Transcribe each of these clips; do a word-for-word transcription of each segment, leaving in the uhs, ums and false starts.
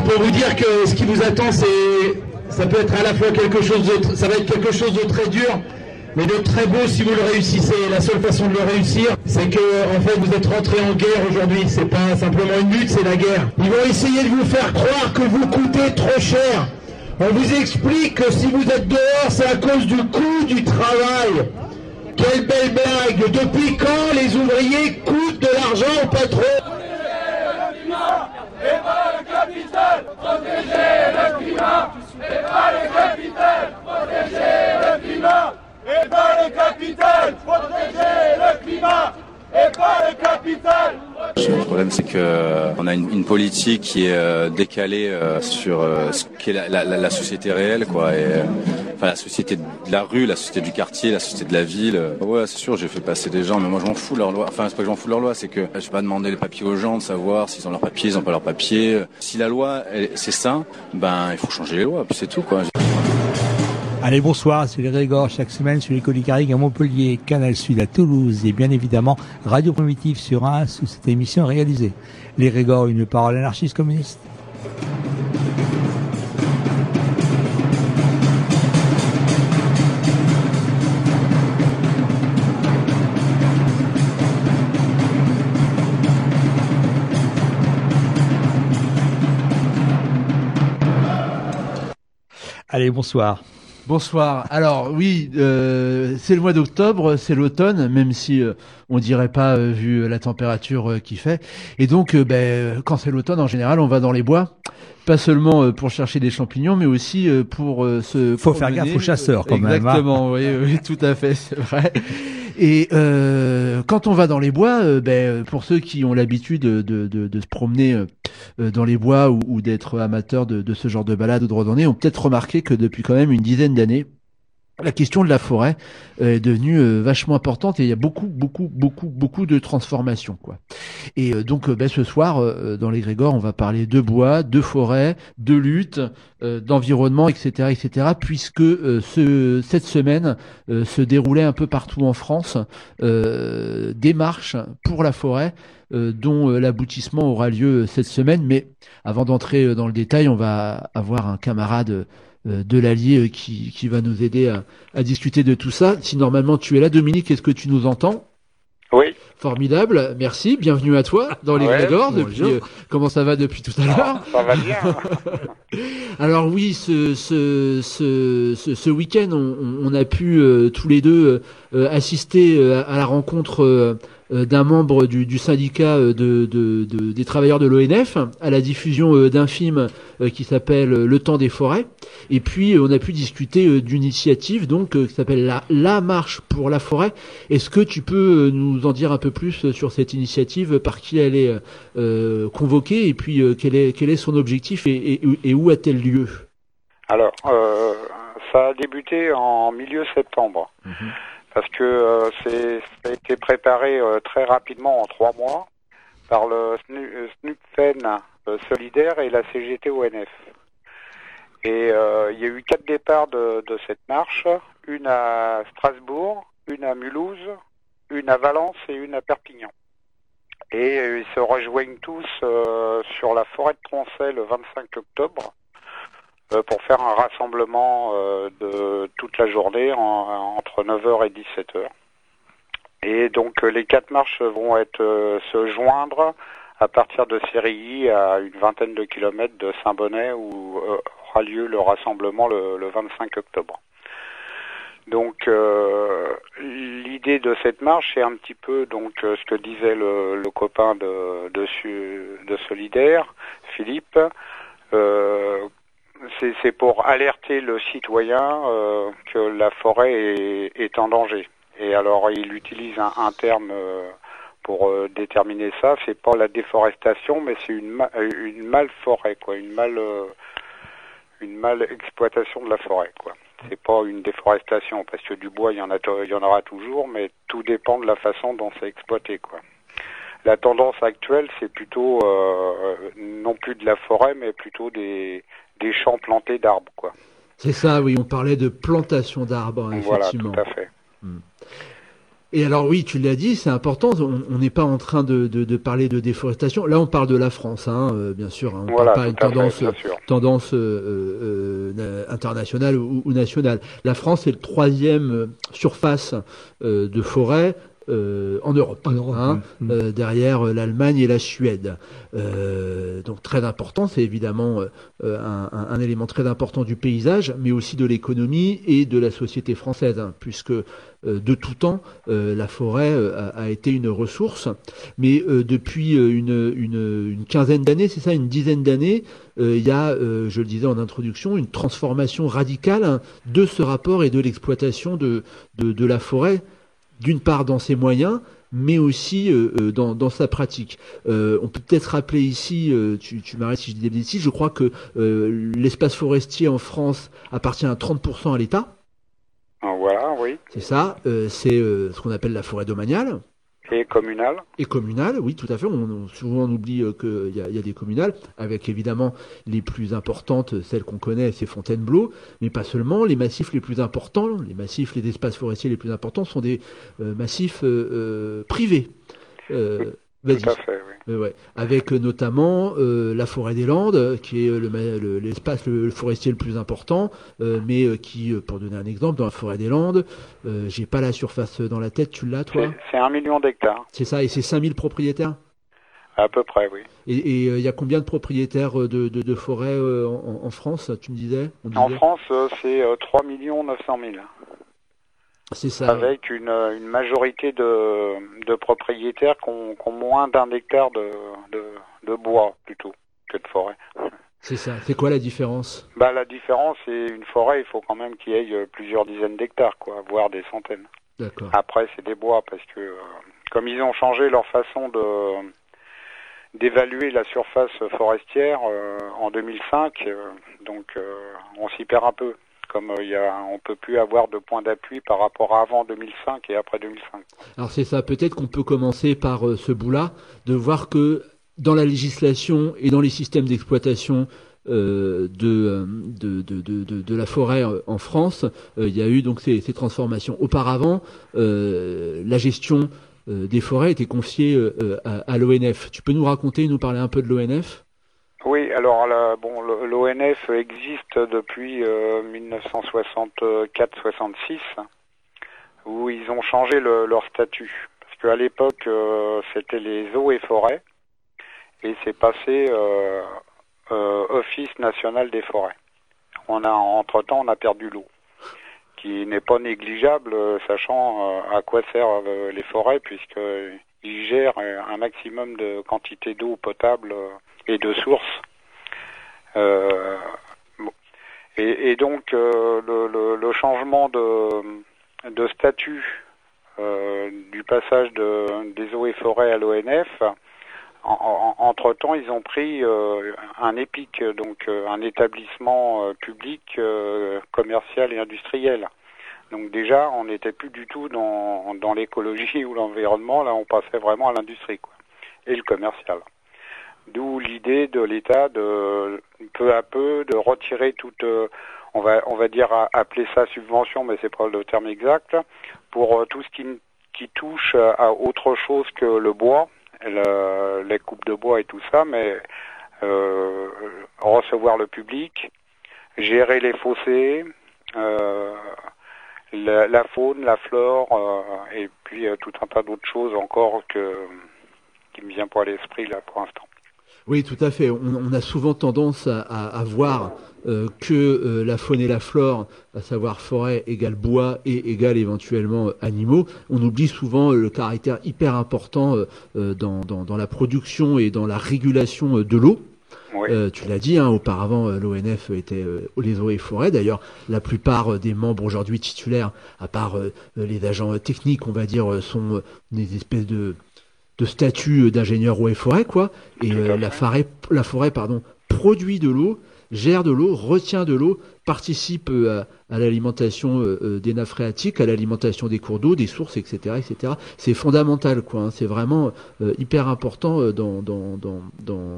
pour vous dire que ce qui vous attend, c'est, ça peut être à la fois quelque chose de, ça va être quelque chose de très dur, mais de très beau si vous le réussissez. La seule façon de le réussir, c'est que, en fait, vous êtes rentré en guerre aujourd'hui. C'est pas simplement une lutte, c'est la guerre. Ils vont essayer de vous faire croire que vous coûtez trop cher. On vous explique que si vous êtes dehors, c'est à cause du coût du travail. Quelle belle blague! Depuis quand les ouvriers coûtent de l'argent au patron? Et pas le capital, protéger le climat. Et pas le capital, protéger le climat. Et pas le capital, protéger le climat. Et pas le capital. Le problème, c'est que on a une, une politique qui est euh, décalée euh, sur euh, ce qu'est la, la, la société réelle, quoi. Et, euh, enfin, la société de la rue, la société du quartier, la société de la ville. Ouais, c'est sûr, j'ai fait passer des gens, mais moi, je m'en fous de leur loi. Enfin, c'est pas que je m'en fous de leur loi, c'est que je vais pas demander les papiers aux gens de savoir s'ils ont leurs papiers, ils ont pas leurs papiers. Si la loi, elle, c'est ça, ben, il faut changer les lois, puis c'est tout, quoi. Allez, bonsoir, c'est les Grégor, chaque semaine sur les Colicarigues à Montpellier, Canal Sud à Toulouse et bien évidemment Radio Primitive sur un sous cette émission réalisée. Les Grégor, une parole anarchiste communiste. Allez, bonsoir. Bonsoir. Alors oui, euh, c'est le mois d'octobre, c'est l'automne, même si euh, on dirait pas euh, vu la température euh, qu'il fait. Et donc, euh, ben, quand c'est l'automne, en général, on va dans les bois, pas seulement euh, pour chercher des champignons, mais aussi euh, pour euh, se. Faut faire gaffe aux chasseurs, quand même. Exactement. Oui, oui, tout à fait, c'est vrai. Et euh, quand on va dans les bois, euh, ben, pour ceux qui ont l'habitude de, de, de, de se promener euh, dans les bois ou, ou d'être amateurs de, de ce genre de balade ou de randonnée, ont peut-être remarqué que depuis quand même une dizaine d'années, la question de la forêt est devenue euh, vachement importante et il y a beaucoup, beaucoup, beaucoup, beaucoup de transformations, quoi. Et euh, donc, euh, ben, ce soir, euh, dans les Grégor, on va parler de bois, de forêt, de lutte, euh, d'environnement, et cetera, et cetera, puisque euh, ce, cette semaine euh, se déroulait un peu partout en France euh, des marches pour la forêt, euh, dont euh, l'aboutissement aura lieu cette semaine. Mais avant d'entrer dans le détail, on va avoir un camarade de l'Allier qui, qui va nous aider à, à discuter de tout ça. Si normalement tu es là, Dominique, est-ce que tu nous entends? Oui. Formidable, merci, bienvenue à toi dans les ouais, Grégor. Depuis, euh, comment ça va depuis tout à l'heure? Ça va bien. Alors oui, ce, ce, ce, ce, ce week-end, on, on a pu euh, tous les deux euh, assister euh, à la rencontre euh, d'un membre du, du syndicat de, de, de, des travailleurs de l'O N F, à la diffusion d'un film qui s'appelle Le Temps des forêts. Et puis on a pu discuter d'une initiative donc qui s'appelle la, la Marche pour la forêt. Est-ce que tu peux nous en dire un peu plus sur cette initiative, par qui elle est euh, convoquée et puis euh, quel est quel est son objectif et, et, et où a-t-elle lieu? Alors euh, ça a débuté en milieu septembre. Mmh. Parce que euh, c'est, ça a été préparé euh, très rapidement en trois mois par le SNUPFEN euh, Solidaire et la C G T O N F. Et euh, il y a eu quatre départs de, de cette marche, une à Strasbourg, une à Mulhouse, une à Valence et une à Perpignan. Et euh, ils se rejoignent tous euh, sur la forêt de Troncey le vingt-cinq octobre. Pour faire un rassemblement euh, de toute la journée en, entre neuf heures et dix-sept heures. Et donc euh, les quatre marches vont être euh, se joindre à partir de Sérilly à une vingtaine de kilomètres de Saint-Bonnet où euh, aura lieu le rassemblement le, le vingt-cinq octobre. Donc euh, l'idée de cette marche c'est un petit peu donc euh, ce que disait le, le copain de, de, de Solidaire, Philippe. Euh, C'est, c'est pour alerter le citoyen euh, que la forêt est, est en danger. Et alors, il utilise un, un terme euh, pour euh, déterminer ça. C'est pas la déforestation, mais c'est une, ma- une mal-forêt, quoi, une mal, euh, une mal-exploitation de la forêt, quoi. C'est pas une déforestation, parce que du bois, il y en a, il y en aura toujours, mais tout dépend de la façon dont c'est exploité, quoi. La tendance actuelle, c'est plutôt euh, non plus de la forêt, mais plutôt des des champs plantés d'arbres, quoi. C'est ça, oui, on parlait de plantation d'arbres, effectivement. Voilà, tout à fait. Hmm. Et alors oui, tu l'as dit, c'est important. On n'est pas en train de, de, de parler de déforestation. Là, on parle de la France, hein, euh, bien sûr. Hein, on voilà, parle pas une tendance, fait, tendance euh, euh, internationale ou, ou nationale. La France est le troisième surface euh, de forêt. Euh, en Europe, en Europe hein, mmh. euh, derrière l'Allemagne et la Suède. Euh, donc très important, c'est évidemment euh, un, un, un élément très important du paysage, mais aussi de l'économie et de la société française, hein, puisque euh, de tout temps, euh, la forêt euh, a, a été une ressource. Mais euh, depuis une, une, une quinzaine d'années, c'est ça, une dizaine d'années, euh, il y a, euh, je le disais en introduction, une transformation radicale hein, de ce rapport et de l'exploitation de, de, de la forêt, d'une part dans ses moyens, mais aussi euh, dans, dans sa pratique. Euh, on peut peut-être rappeler ici, euh, tu, tu m'arrêtes si je dis des bêtises, je crois que euh, l'espace forestier en France appartient à trente pour cent à l'État. Voilà, oui. C'est ça, euh, c'est euh, ce qu'on appelle la forêt domaniale. Et communale. Et communale, oui, tout à fait. On, on, souvent on oublie euh, qu'il y a, y a des communales, avec évidemment les plus importantes, celles qu'on connaît, c'est Fontainebleau, mais pas seulement. Les massifs les plus importants, les massifs, les espaces forestiers les plus importants sont des euh, massifs euh, euh, privés. Euh, oui. Vas-y. Tout à fait, oui. Euh, ouais. Avec euh, notamment euh, la forêt des Landes, qui est le, le, l'espace le, le forestier le plus important, euh, mais euh, qui, euh, pour donner un exemple, dans la forêt des Landes, euh, j'ai pas la surface dans la tête, tu l'as toi ? C'est, c'est un million d'hectares. C'est ça, et c'est cinq mille propriétaires ? À peu près, oui. Et il euh, y a combien de propriétaires de, de, de forêts euh, en, en France, tu me disais, on disait En France, euh, c'est euh, trois millions neuf cent mille. C'est ça. Avec une, une majorité de, de propriétaires qui ont, qui ont moins d'un hectare de, de, de bois plutôt que de forêt. C'est ça. C'est quoi la différence ? Bah la différence, c'est une forêt, il faut quand même qu'il y ait plusieurs dizaines d'hectares, quoi, voire des centaines. D'accord. Après, c'est des bois parce que euh, comme ils ont changé leur façon de d'évaluer la surface forestière euh, en deux mille cinq, euh, donc euh, on s'y perd un peu. Comme il y a, on peut plus avoir de point d'appui par rapport à avant deux mille cinq et après deux mille cinq. Alors c'est ça, peut-être qu'on peut commencer par euh, ce bout-là, de voir que dans la législation et dans les systèmes d'exploitation euh, de, de, de, de, de, de la forêt en France, euh, il y a eu donc ces, ces transformations. Auparavant, euh, la gestion euh, des forêts était confiée euh, à, à l'O N F. Tu peux nous raconter, nous parler un peu de l'O N F ? Oui, alors la, bon, l'O N F existe depuis euh, dix-neuf cent soixante-quatre soixante-six, où ils ont changé le, leur statut. Parce qu'à l'époque, euh, c'était les eaux et forêts, et c'est passé euh, euh, Office national des forêts. On a, entre-temps, on a perdu l'eau, qui n'est pas négligeable, sachant euh, à quoi servent les forêts, puisqu'ils gèrent un maximum de quantité d'eau potable euh, et de sources. Euh, bon. et, et donc euh, le, le, le changement de, de statut euh, du passage de, des eaux et forêts à l'O N F, en, en, entre-temps ils ont pris euh, un EPIC, donc euh, un établissement euh, public euh, commercial et industriel. Donc déjà on n'était plus du tout dans, dans l'écologie ou l'environnement, là on passait vraiment à l'industrie, quoi, et le commercial. D'où l'idée de l'État de peu à peu de retirer toute, euh, on va on va dire appeler ça subvention, mais c'est pas le terme exact, pour euh, tout ce qui qui touche à autre chose que le bois, le, les coupes de bois et tout ça, mais euh, recevoir le public, gérer les fossés, euh, la, la faune, la flore, euh, et puis euh, tout un tas d'autres choses encore que qui me vient pas à l'esprit là pour l'instant. Oui, tout à fait. On, on a souvent tendance à, à, à voir euh, que euh, la faune et la flore, à savoir forêt égale bois et égale éventuellement euh, animaux, on oublie souvent euh, le caractère hyper important euh, dans, dans, dans la production et dans la régulation euh, de l'eau. Oui. Euh, tu l'as dit, hein, auparavant euh, l'O N F était euh, les eaux et forêts. D'ailleurs, la plupart euh, des membres aujourd'hui titulaires, à part euh, les agents techniques, on va dire, euh, sont euh, des espèces de de statut d'ingénieur eau et forêt, quoi. Et euh, la forêt, la forêt, pardon, produit de l'eau, gère de l'eau, retient de l'eau, participe euh, à, à l'alimentation euh, des nappes phréatiques, à l'alimentation des cours d'eau, des sources, et cetera, et cetera. C'est fondamental, quoi. Hein. C'est vraiment euh, hyper important euh, dans, dans, dans, dans,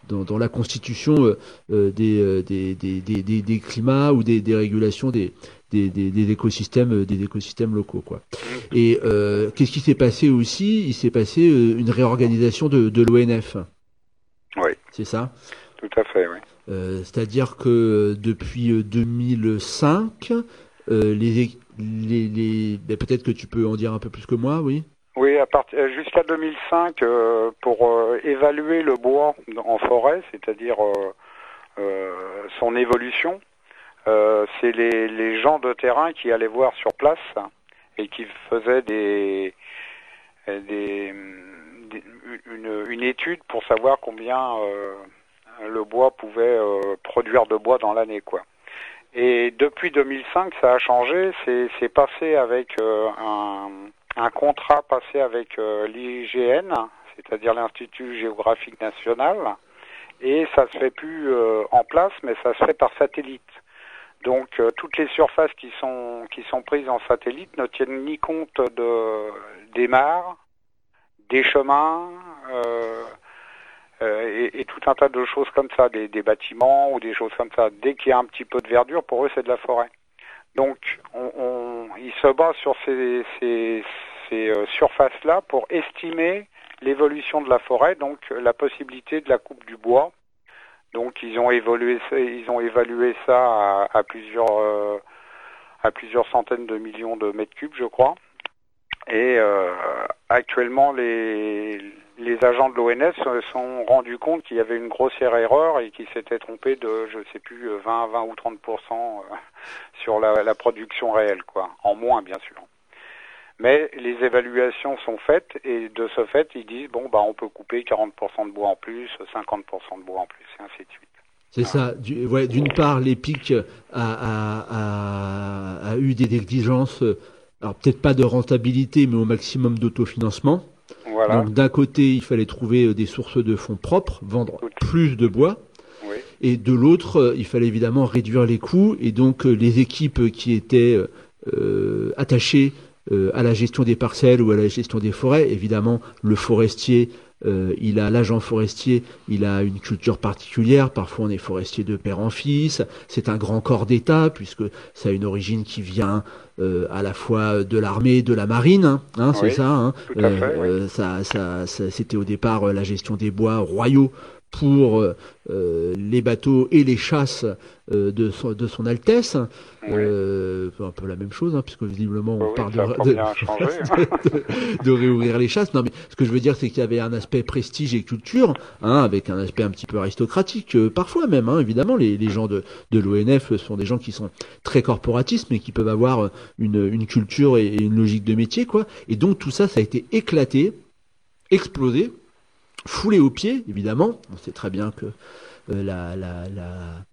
dans, dans la constitution euh, euh, des, euh, des, des, des, des, des climats ou des, des régulations des, des, des, des écosystèmes, des écosystèmes locaux, quoi. Et euh, qu'est-ce qui s'est passé aussi? Il s'est passé euh, une réorganisation de, de l'O N F. Oui. C'est ça? Tout à fait, oui. Euh, c'est-à-dire que depuis deux mille cinq, euh, les, les, les ben peut-être que tu peux en dire un peu plus que moi, oui. Oui, à partir jusqu'à deux mille cinq, euh, pour euh, évaluer le bois en forêt, c'est-à-dire euh, euh, son évolution, euh, c'est les, les gens de terrain qui allaient voir sur place et qui faisaient des, des, des une, une étude pour savoir combien euh, le bois pouvait euh, produire de bois dans l'année, quoi. Et depuis deux mille cinq, ça a changé. C'est, c'est passé avec euh, un, un contrat passé avec euh, l'I G N, c'est-à-dire l'Institut géographique national, et ça se fait plus euh, en place, mais ça se fait par satellite. Donc euh, toutes les surfaces qui sont qui sont prises en satellite ne tiennent ni compte de des mares, des chemins. Euh, Euh, et, et tout un tas de choses comme ça, des, des bâtiments ou des choses comme ça. Dès qu'il y a un petit peu de verdure, pour eux, c'est de la forêt. Donc, on, on, ils se basent sur ces, ces, ces euh, surfaces-là pour estimer l'évolution de la forêt, donc la possibilité de la coupe du bois. Donc, ils ont évolué, ils ont évalué ça à, à plusieurs, euh, à plusieurs centaines de millions de mètres cubes, je crois. Et euh, actuellement, les les agents de l'O N F se sont rendus compte qu'il y avait une grossière erreur et qu'ils s'étaient trompés de, je sais plus, vingt, vingt ou trente pour cent sur la, la production réelle, quoi. En moins, bien sûr. Mais les évaluations sont faites et de ce fait, ils disent, bon, bah, on peut couper quarante pour cent de bois en plus, cinquante pour cent de bois en plus, et ainsi de suite. C'est ça. Du, ouais, d'une part, l'EPIC a, a, a, a eu des exigences, alors peut-être pas de rentabilité, mais au maximum d'autofinancement. Voilà. Donc d'un côté, il fallait trouver des sources de fonds propres, vendre Tout. plus de bois. Oui. Et de l'autre, il fallait évidemment réduire les coûts. Et donc les équipes qui étaient euh, attachées euh, à la gestion des parcelles ou à la gestion des forêts, évidemment le forestier, euh, il a l'agent forestier, il a une culture particulière. Parfois on est forestier de père en fils. C'est un grand corps d'État puisque ça a une origine qui vient Euh, à la fois de l'armée, de la marine, hein, hein, oui, c'est ça. Hein, tout à fait, euh, oui. ça, ça, ça, c'était au départ euh, la gestion des bois royaux pour euh, les bateaux et les chasses euh, de, son, de son Altesse. Oui. Euh, un peu la même chose, hein, puisque visiblement on oui, parle ça de, a de, bien changé, hein. de, de réouvrir les chasses. Non, mais ce que je veux dire, c'est qu'il y avait un aspect prestige et culture, hein, avec un aspect un petit peu aristocratique, euh, parfois même. Hein, évidemment, les, les gens de, de l'O N F sont des gens qui sont très corporatistes, mais qui peuvent avoir une, une culture et, et une logique de métier, quoi. Et donc tout ça, ça a été éclaté, explosé, foulé aux pieds, évidemment. On sait très bien que euh, la, la, la,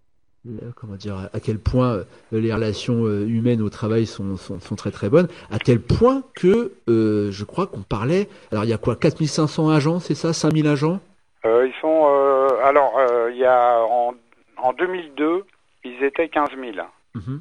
la, comment dire, à quel point euh, les relations euh, humaines au travail sont, sont, sont très très bonnes, à tel point que euh, je crois qu'on parlait. Alors il y a quoi, quatre mille cinq cents agents, c'est ça, cinq mille agents? euh, Ils sont. Euh, alors il euh, y a en, en deux mille deux, ils étaient quinze mille. Mm-hmm.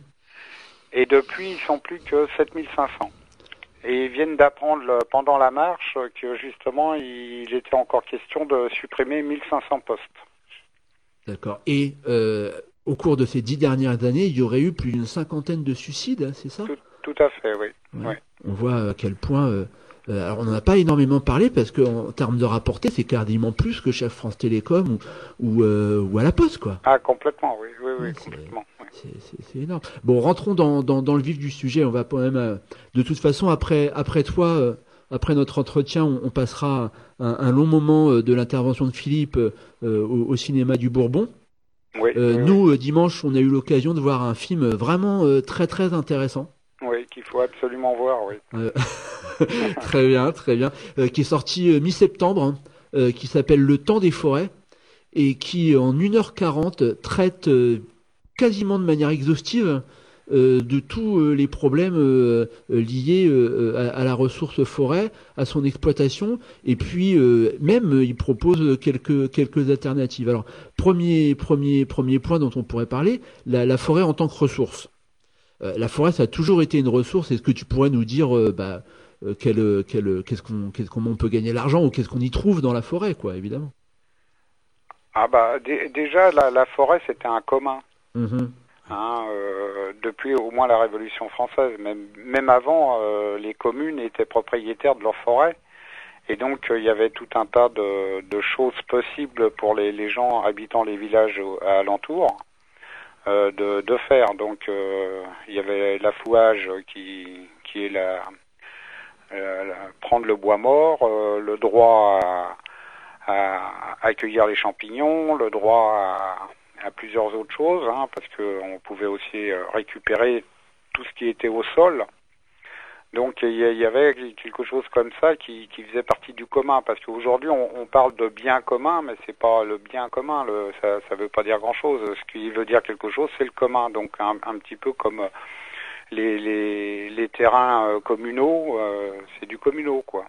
Et depuis, ils sont plus que sept mille cinq cents. Et ils viennent d'apprendre le, pendant la marche que justement, il était encore question de supprimer mille cinq cents postes. D'accord. Et euh, au cours de ces dix dernières années, il y aurait eu plus d'une cinquantaine de suicides, c'est ça? Tout, tout à fait, oui. Ouais. Ouais. On voit à quel point... Euh, euh, alors on n'en a pas énormément parlé parce qu'en termes de rapportés, c'est quasiment plus que chez France Télécom ou, ou, euh, ou à la Poste, quoi. Ah, complètement, oui, oui, oui, Ouais, complètement. C'est, c'est, c'est énorme. Bon, rentrons dans, dans, dans le vif du sujet. On va quand même, euh, de toute façon, après, après toi, euh, après notre entretien, on, on passera un, un long moment euh, de l'intervention de Philippe euh, au, au cinéma du Bourbon. Oui, euh, oui, nous, oui. Euh, dimanche, on a eu l'occasion de voir un film vraiment euh, très très intéressant. Oui, qu'il faut absolument voir, oui. Euh, très bien, très bien. Euh, qui est sorti euh, mi-septembre, hein, euh, qui s'appelle Le Temps des forêts et qui, en une heure quarante, traite euh, quasiment de manière exhaustive euh, de tous euh, les problèmes euh, liés euh, à, à la ressource forêt, à son exploitation, et puis euh, même euh, il propose quelques quelques alternatives. Alors premier premier premier point dont on pourrait parler, la, la forêt en tant que ressource. Euh, la forêt, ça a toujours été une ressource. Est-ce que tu pourrais nous dire euh, bah, euh, quel, quel, qu'est-ce qu'on, qu'est-ce, comment on peut gagner l'argent ou qu'est-ce qu'on y trouve dans la forêt, quoi, évidemment? Ah bah d- déjà la, la forêt c'était un commun. Mmh. Hein, euh, depuis au moins la Révolution française, même, même avant, euh, les communes étaient propriétaires de leur forêt. Et donc, il euh, y avait tout un tas de, de choses possibles pour les, les gens habitant les villages au, à alentour euh, de, de faire. Donc, il euh, y avait l'affouage qui, qui est la, la, la prendre le bois mort, euh, le droit à, à accueillir les champignons, le droit à, à plusieurs autres choses, hein, parce qu'on pouvait aussi récupérer tout ce qui était au sol. Donc il y avait quelque chose comme ça qui, qui faisait partie du commun, parce qu'aujourd'hui on, on parle de bien commun, mais c'est pas le bien commun, le, ça ça veut pas dire grand-chose. Ce qui veut dire quelque chose, c'est le commun. Donc un, un petit peu comme les les, les terrains euh, communaux, euh, c'est du communaux quoi.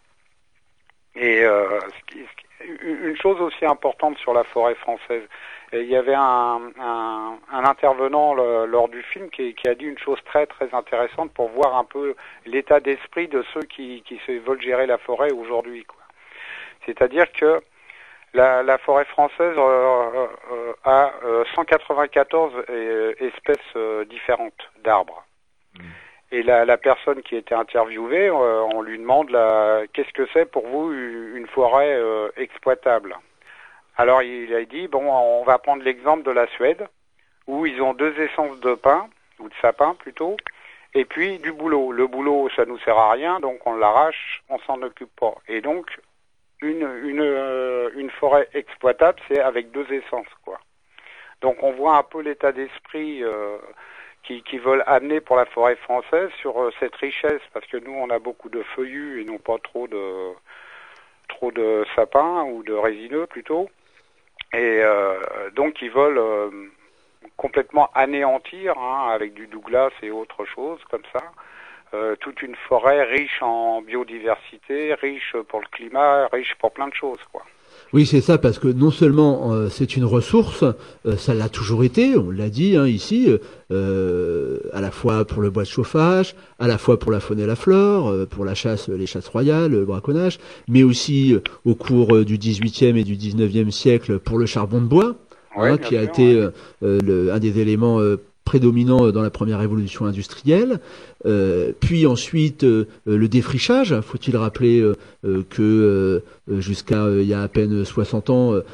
Et euh, ce qui, ce qui, une chose aussi importante sur la forêt française. Et il y avait un, un, un intervenant le, lors du film qui, qui a dit une chose très très intéressante pour voir un peu l'état d'esprit de ceux qui, qui se veulent gérer la forêt aujourd'hui, quoi. C'est-à-dire que la, la forêt française euh, euh, a euh, cent quatre-vingt-quatorze euh, espèces euh, différentes d'arbres. Mmh. Et la, la personne qui était interviewée, euh, on lui demande la, qu'est-ce que c'est pour vous une forêt euh, exploitable ? Alors il a dit, bon, on va prendre l'exemple de la Suède, où ils ont deux essences de pin, ou de sapin plutôt, et puis du bouleau. Le bouleau, ça nous sert à rien, donc on l'arrache, on s'en occupe pas. Et donc, une, une, euh, une forêt exploitable, c'est avec deux essences, quoi. Donc on voit un peu l'état d'esprit euh, qui, qui veulent amener pour la forêt française sur euh, cette richesse, parce que nous, on a beaucoup de feuillus et non pas trop de, trop de sapins, ou de résineux plutôt. Et euh, donc ils veulent euh, complètement anéantir, hein, avec du Douglas et autre chose comme ça, euh, toute une forêt riche en biodiversité, riche pour le climat, riche pour plein de choses, quoi. Oui, c'est ça, parce que non seulement euh, c'est une ressource, euh, ça l'a toujours été, on l'a dit hein, ici, euh, à la fois pour le bois de chauffage, à la fois pour la faune et la flore, euh, pour la chasse, les chasses royales, le braconnage, mais aussi euh, au cours euh, du dix-huitième et du dix-neuvième siècle pour le charbon de bois, ouais, hein, qui a sûr, été ouais. euh, le, un des éléments euh, prédominants dans la première révolution industrielle. Euh, puis ensuite euh, le défrichage, faut-il rappeler euh, euh, que euh, jusqu'à euh, il y a à peine soixante ans euh,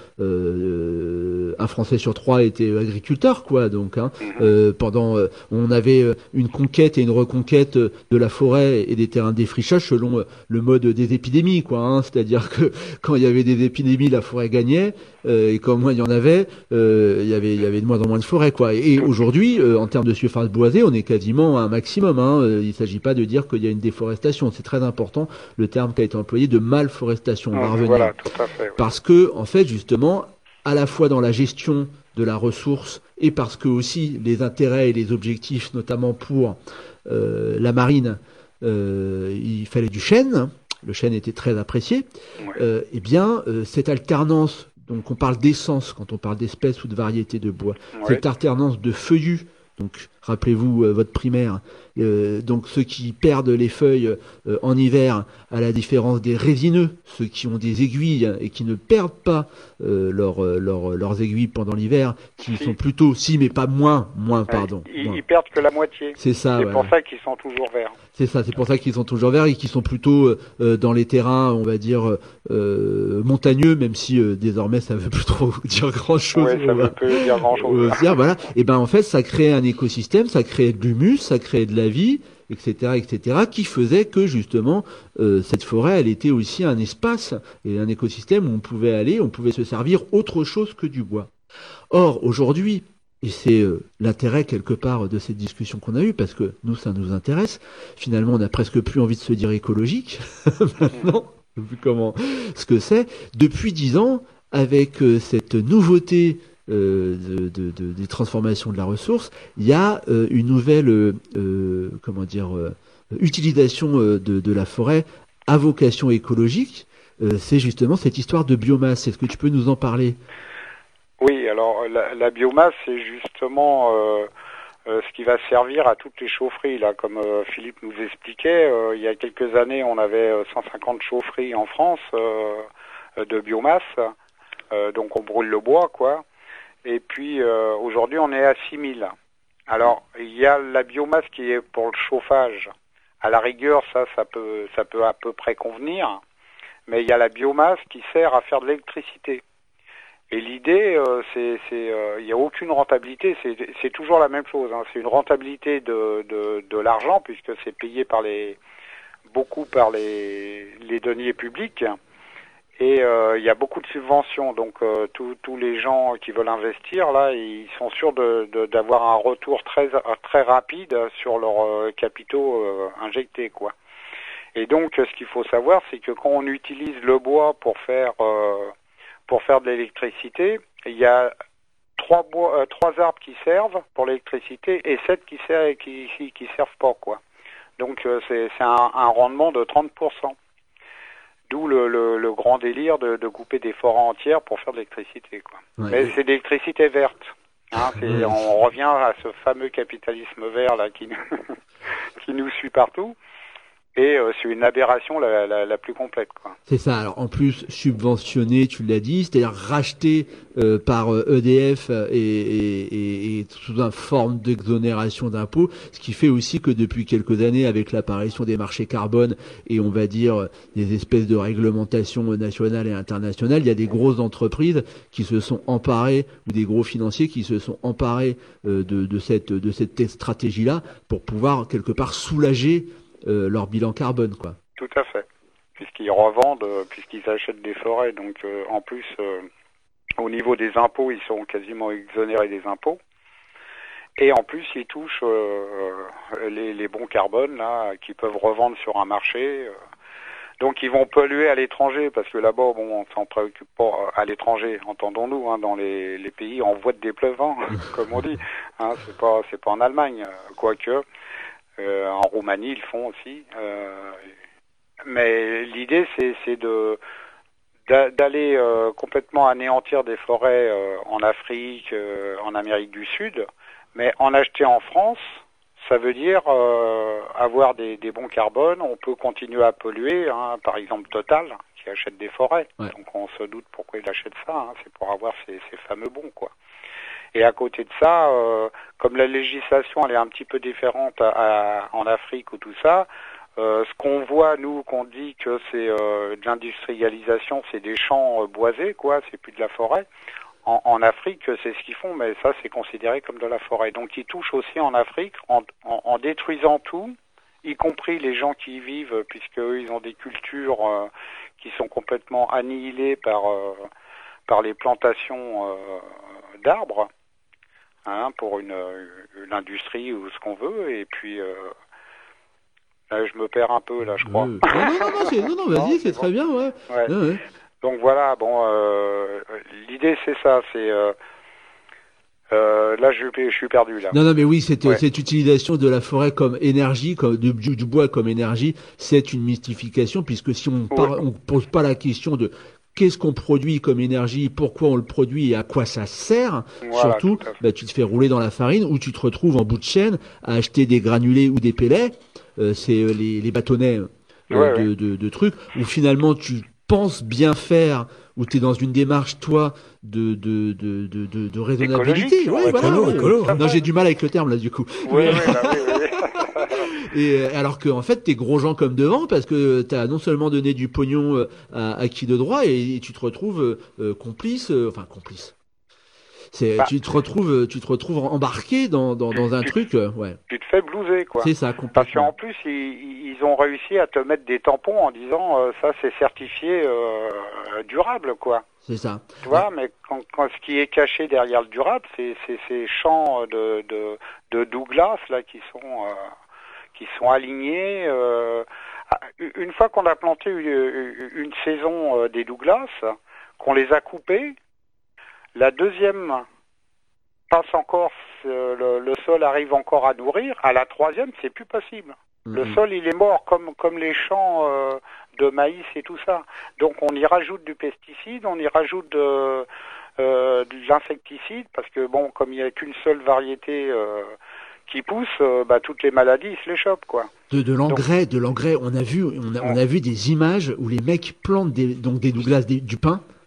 euh, un Français sur trois était agriculteur, quoi. Donc hein, euh, pendant euh, on avait une conquête et une reconquête de la forêt et des terrains de défrichage selon le mode des épidémies, quoi, hein. C'est-à-dire que quand il y avait des épidémies, la forêt gagnait, euh, et quand moins il y en avait, euh, il y avait il y avait de moins en moins de forêt, quoi. Et aujourd'hui euh, en termes de surface boisée, on est quasiment à un maximum, hein. Il ne s'agit pas de dire qu'il y a une déforestation. C'est très important, le terme qui a été employé de malforestation. On va revenir. Voilà, tout à fait, oui. Parce que, en fait, justement, à la fois dans la gestion de la ressource et parce que aussi les intérêts et les objectifs, notamment pour euh, la marine, euh, il fallait du chêne. Le chêne était très apprécié. Ouais. Euh, eh bien, euh, cette alternance, donc on parle d'essence quand on parle d'espèces ou de variétés de bois, Ouais. cette alternance de feuillus. Donc, rappelez-vous euh, votre primaire. Euh, donc, ceux qui perdent les feuilles euh, en hiver, à la différence des résineux, ceux qui ont des aiguilles et qui ne perdent pas euh, leur, leur, leurs aiguilles pendant l'hiver, qui Si. sont plutôt, si, mais pas moins, moins, pardon. Ils, moins. ils perdent que la moitié. C'est ça. C'est ouais. pour ça qu'ils sont toujours verts. C'est ça, c'est pour ça qu'ils sont toujours verts et qu'ils sont plutôt euh, dans les terrains, on va dire, euh, montagneux, même si euh, désormais ça veut plus trop dire grand-chose. Oui, ça veut plus dire grand-chose. Euh, voilà. Et ben en fait, ça crée un écosystème, ça crée de l'humus, ça crée de la vie, et cetera, et cetera, qui faisait que justement euh, cette forêt, elle était aussi un espace et un écosystème où on pouvait aller, on pouvait se servir autre chose que du bois. Or aujourd'hui, et c'est euh, l'intérêt quelque part de cette discussion qu'on a eue, parce que nous, ça nous intéresse. Finalement, on n'a presque plus envie de se dire écologique. Maintenant, vu comment, ce que c'est. Depuis dix ans, avec euh, cette nouveauté euh, de, de, de, des transformations de la ressource, il y a euh, une nouvelle, euh, comment dire, euh, utilisation euh, de, de la forêt à vocation écologique. Euh, c'est justement cette histoire de biomasse. Est-ce que tu peux nous en parler ? Oui, alors la, la biomasse, c'est justement euh, euh, ce qui va servir à toutes les chaufferies. Là, comme euh, Philippe nous expliquait, euh, il y a quelques années, on avait cent cinquante chaufferies en France euh, de biomasse. Euh, donc on brûle le bois, quoi. Et puis euh, aujourd'hui on est à six mille. Alors il y a la biomasse qui est pour le chauffage. À la rigueur, ça, ça peut, ça peut à peu près convenir. Mais il y a la biomasse qui sert à faire de l'électricité. Et l'idée, euh, c'est, c'est, euh, il n'y a aucune rentabilité. C'est, c'est toujours la même chose. Hein. C'est une rentabilité de, de, de l'argent puisque c'est payé par les, beaucoup par les, les deniers publics. Et euh, il y a beaucoup de subventions, donc euh, tous les gens qui veulent investir là, ils sont sûrs de, de, d'avoir un retour très très rapide sur leurs euh, capitaux euh, injectés, quoi. Et donc ce qu'il faut savoir, c'est que quand on utilise le bois pour faire euh, pour faire de l'électricité, il y a trois bois, euh, trois arbres qui servent pour l'électricité et sept qui servent qui, qui qui servent pas, quoi. Donc euh, c'est c'est un, un rendement de trente pour cent. D'où le, le, le grand délire de, de couper des forêts entières pour faire de l'électricité, quoi. Ouais. Mais c'est de l'électricité verte. Hein, c'est, ouais. On revient à ce fameux capitalisme vert là qui, qui nous suit partout. Et euh, c'est une aberration la, la, la plus complète, quoi. C'est ça. Alors en plus subventionné, tu l'as dit, c'est-à-dire racheté euh, par euh, E D F et, et, et, et sous une forme d'exonération d'impôts, ce qui fait aussi que depuis quelques années, avec l'apparition des marchés carbone et on va dire des espèces de réglementations nationales et internationales, il y a des grosses entreprises qui se sont emparées ou des gros financiers qui se sont emparés euh, de, de cette de cette stratégie-là pour pouvoir quelque part soulager Euh, leur bilan carbone, quoi. Tout à fait. Puisqu'ils revendent, euh, puisqu'ils achètent des forêts. Donc, euh, en plus, euh, au niveau des impôts, ils sont quasiment exonérés des impôts. Et en plus, ils touchent euh, les, les bons carbone, là, qu'ils peuvent revendre sur un marché. Euh. Donc, ils vont polluer à l'étranger, parce que là-bas, bon, on s'en préoccupe pas à l'étranger, entendons-nous, hein, dans les, les pays en voie de dépleuvant, comme on dit. Hein, c'est pas, c'est pas en Allemagne, quoique. Euh, en Roumanie, ils le font aussi. Euh, mais l'idée, c'est, c'est de d'aller euh, complètement anéantir des forêts euh, en Afrique, euh, en Amérique du Sud, mais en acheter en France, ça veut dire euh, avoir des, des bons carbones. On peut continuer à polluer, hein, par exemple Total, qui achète des forêts. Ouais. Donc on se doute pourquoi il achète ça, hein, c'est pour avoir ces, ces fameux bons, quoi. Et à côté de ça, euh, comme la législation elle est un petit peu différente à, à, en Afrique ou tout ça, euh, ce qu'on voit, nous, qu'on dit que c'est euh, de l'industrialisation, c'est des champs euh, boisés, quoi, c'est plus de la forêt. En, en Afrique, c'est ce qu'ils font, mais ça, c'est considéré comme de la forêt. Donc, ils touchent aussi en Afrique en, en, en détruisant tout, y compris les gens qui y vivent, puisque eux, ils ont des cultures euh, qui sont complètement annihilées par euh, par les plantations euh, d'arbres. Hein, pour une, une industrie ou ce qu'on veut, et puis euh, là, je me perds un peu, là, je crois. Euh, non, non, non, non, c'est, non, non, vas-y, non, c'est, c'est très bon. Bien, ouais. Ouais. Ouais, ouais. Donc voilà, bon, euh, l'idée c'est ça, c'est euh, euh, là, je, je suis perdu là. Non, non, mais oui, cette, ouais. cette utilisation de la forêt comme énergie, comme du, du bois comme énergie, c'est une mystification, puisque si on ne ouais. pose pas la question de qu'est-ce qu'on produit comme énergie, pourquoi on le produit et à quoi ça sert, voilà, surtout, bah, tu te fais rouler dans la farine ou tu te retrouves en bout de chaîne à acheter des granulés ou des pellets, euh, c'est euh, les, les bâtonnets euh, ouais, de, ouais. De, de trucs, où finalement tu penses bien faire, où tu es dans une démarche, toi, de, de, de, de, de, de raisonnabilité. Ouais, voilà, écolo, ouais. écolo. Non, j'ai du mal avec le terme, là, du coup. Oui, oui, là, oui, oui. Et alors que en fait t'es gros gens comme devant parce que t'as non seulement donné du pognon à, à qui de droit et, et tu te retrouves euh, complice, euh, enfin complice. C'est bah, tu te retrouves tu te retrouves embarqué dans dans, dans un tu, truc euh, ouais. Tu te fais blouser, quoi. C'est ça, complètement. Parce qu'en plus ils, ils ont réussi à te mettre des tampons en disant euh, ça c'est certifié euh, durable, quoi. C'est ça. Tu vois, mais quand, quand ce qui est caché derrière le durable, c'est c'est ces champs de de de Douglas là qui sont euh, qui sont alignés. Euh, une fois qu'on a planté une, une saison euh, des Douglas, qu'on les a coupés, la deuxième passe encore, euh, le, le sol arrive encore à nourrir. À la troisième, c'est plus possible. Mmh. Le sol, il est mort comme comme les champs euh, de maïs et tout ça. Donc on y rajoute du pesticide, on y rajoute de, euh, de l'insecticide, parce que bon, comme il n'y a qu'une seule variété euh, qui pousse, euh, bah, toutes les maladies ils se les chopent, quoi. De, de l'engrais, donc, de l'engrais, on a vu, on a, on a vu des images où les mecs plantent des, donc des Douglas, des, du pain,